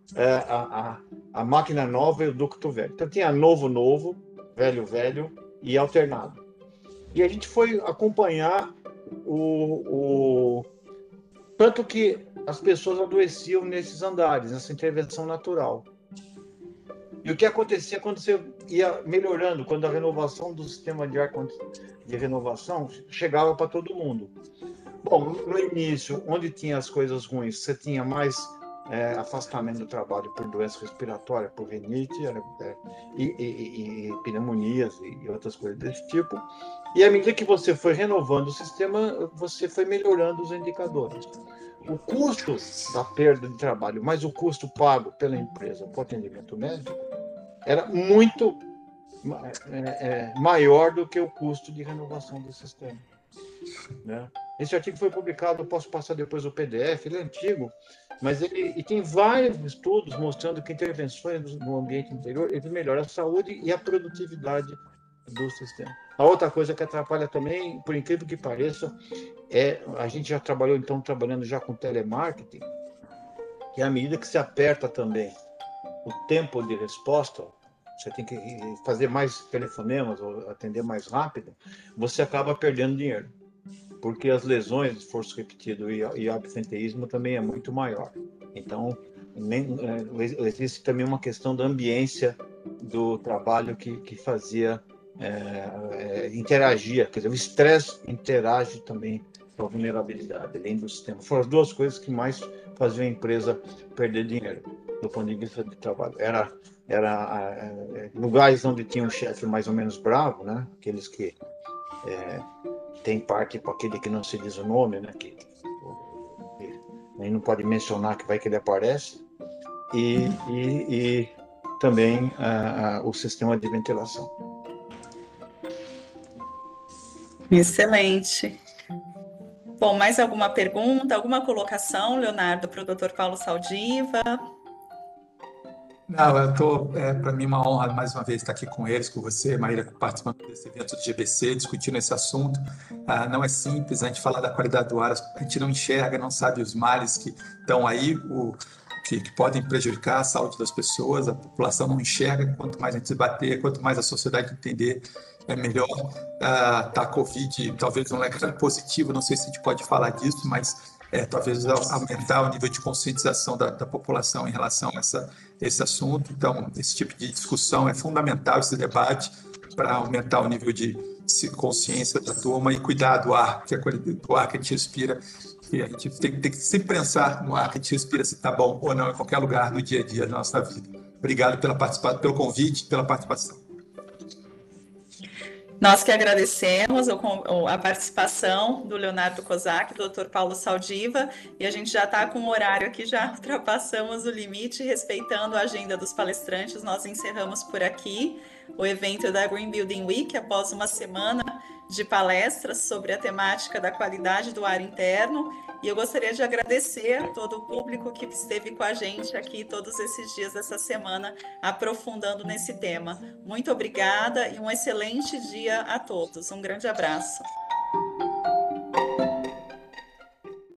a máquina nova e o ducto velho. Então tinha novo, velho e alternado. E a gente foi acompanhar tanto que as pessoas adoeciam nesses andares, nessa intervenção natural. E o que acontecia quando você ia melhorando, quando a renovação do sistema de ar de renovação chegava para todo mundo. Bom, no início, onde tinha as coisas ruins, você tinha mais afastamento do trabalho por doença respiratória, por rinite e pneumonias e outras coisas desse tipo. E à medida que você foi renovando o sistema, você foi melhorando os indicadores. O custo da perda de trabalho, mais o custo pago pela empresa para o atendimento médico, era muito maior do que o custo de renovação do sistema, né? Esse artigo foi publicado, eu posso passar depois o PDF, ele é antigo, mas ele tem vários estudos mostrando que intervenções no ambiente interior ele melhora a saúde e a produtividade do sistema. A outra coisa que atrapalha também, por incrível que pareça, a gente já trabalhando já com telemarketing, que à medida que se aperta também o tempo de resposta, você tem que fazer mais telefonemas ou atender mais rápido, você acaba perdendo dinheiro, porque as lesões de esforço repetido e absenteísmo também é muito maior. Então, existe também uma questão da ambiência do trabalho que fazia interagia, quer dizer, o estresse interage também com a vulnerabilidade, além do sistema. Foram as duas coisas que mais faziam a empresa perder dinheiro, do ponto de vista de trabalho. Era lugares onde tinha um chefe mais ou menos bravo, né? Aqueles que tem parte para aquele que não se diz o nome, né? Que nem não pode mencionar que vai que ele aparece, e também o sistema de ventilação. Excelente. Bom, mais alguma pergunta, alguma colocação, Leonardo, para o Dr. Paulo Saldiva? Não, para mim é uma honra mais uma vez estar aqui com eles, com você, Maíra, participando desse evento do GBC, discutindo esse assunto. Não é simples, a gente falar da qualidade do ar, a gente não enxerga, não sabe os males que estão aí, que podem prejudicar a saúde das pessoas, a população não enxerga, quanto mais a gente debater, quanto mais a sociedade entender, é melhor. A Covid talvez não é positivo, não sei se a gente pode falar disso, mas talvez aumentar o nível de conscientização da população em relação a esse assunto. Então, esse tipo de discussão é fundamental, esse debate, para aumentar o nível de consciência da turma e cuidar do ar, do ar que a gente respira. E a gente tem que sempre pensar no ar que a gente respira, se está bom ou não, em qualquer lugar do dia a dia da nossa vida. Obrigado pelo convite, pela participação. Nós que agradecemos a participação do Leonardo Kozak, do Dr. Paulo Saldiva, e a gente já está com o horário aqui, já ultrapassamos o limite, respeitando a agenda dos palestrantes, nós encerramos por aqui o evento da Green Building Week, após uma semana de palestras sobre a temática da qualidade do ar interno, e eu gostaria de agradecer a todo o público que esteve com a gente aqui todos esses dias dessa semana, aprofundando nesse tema. Muito obrigada e um excelente dia a todos. Um grande abraço.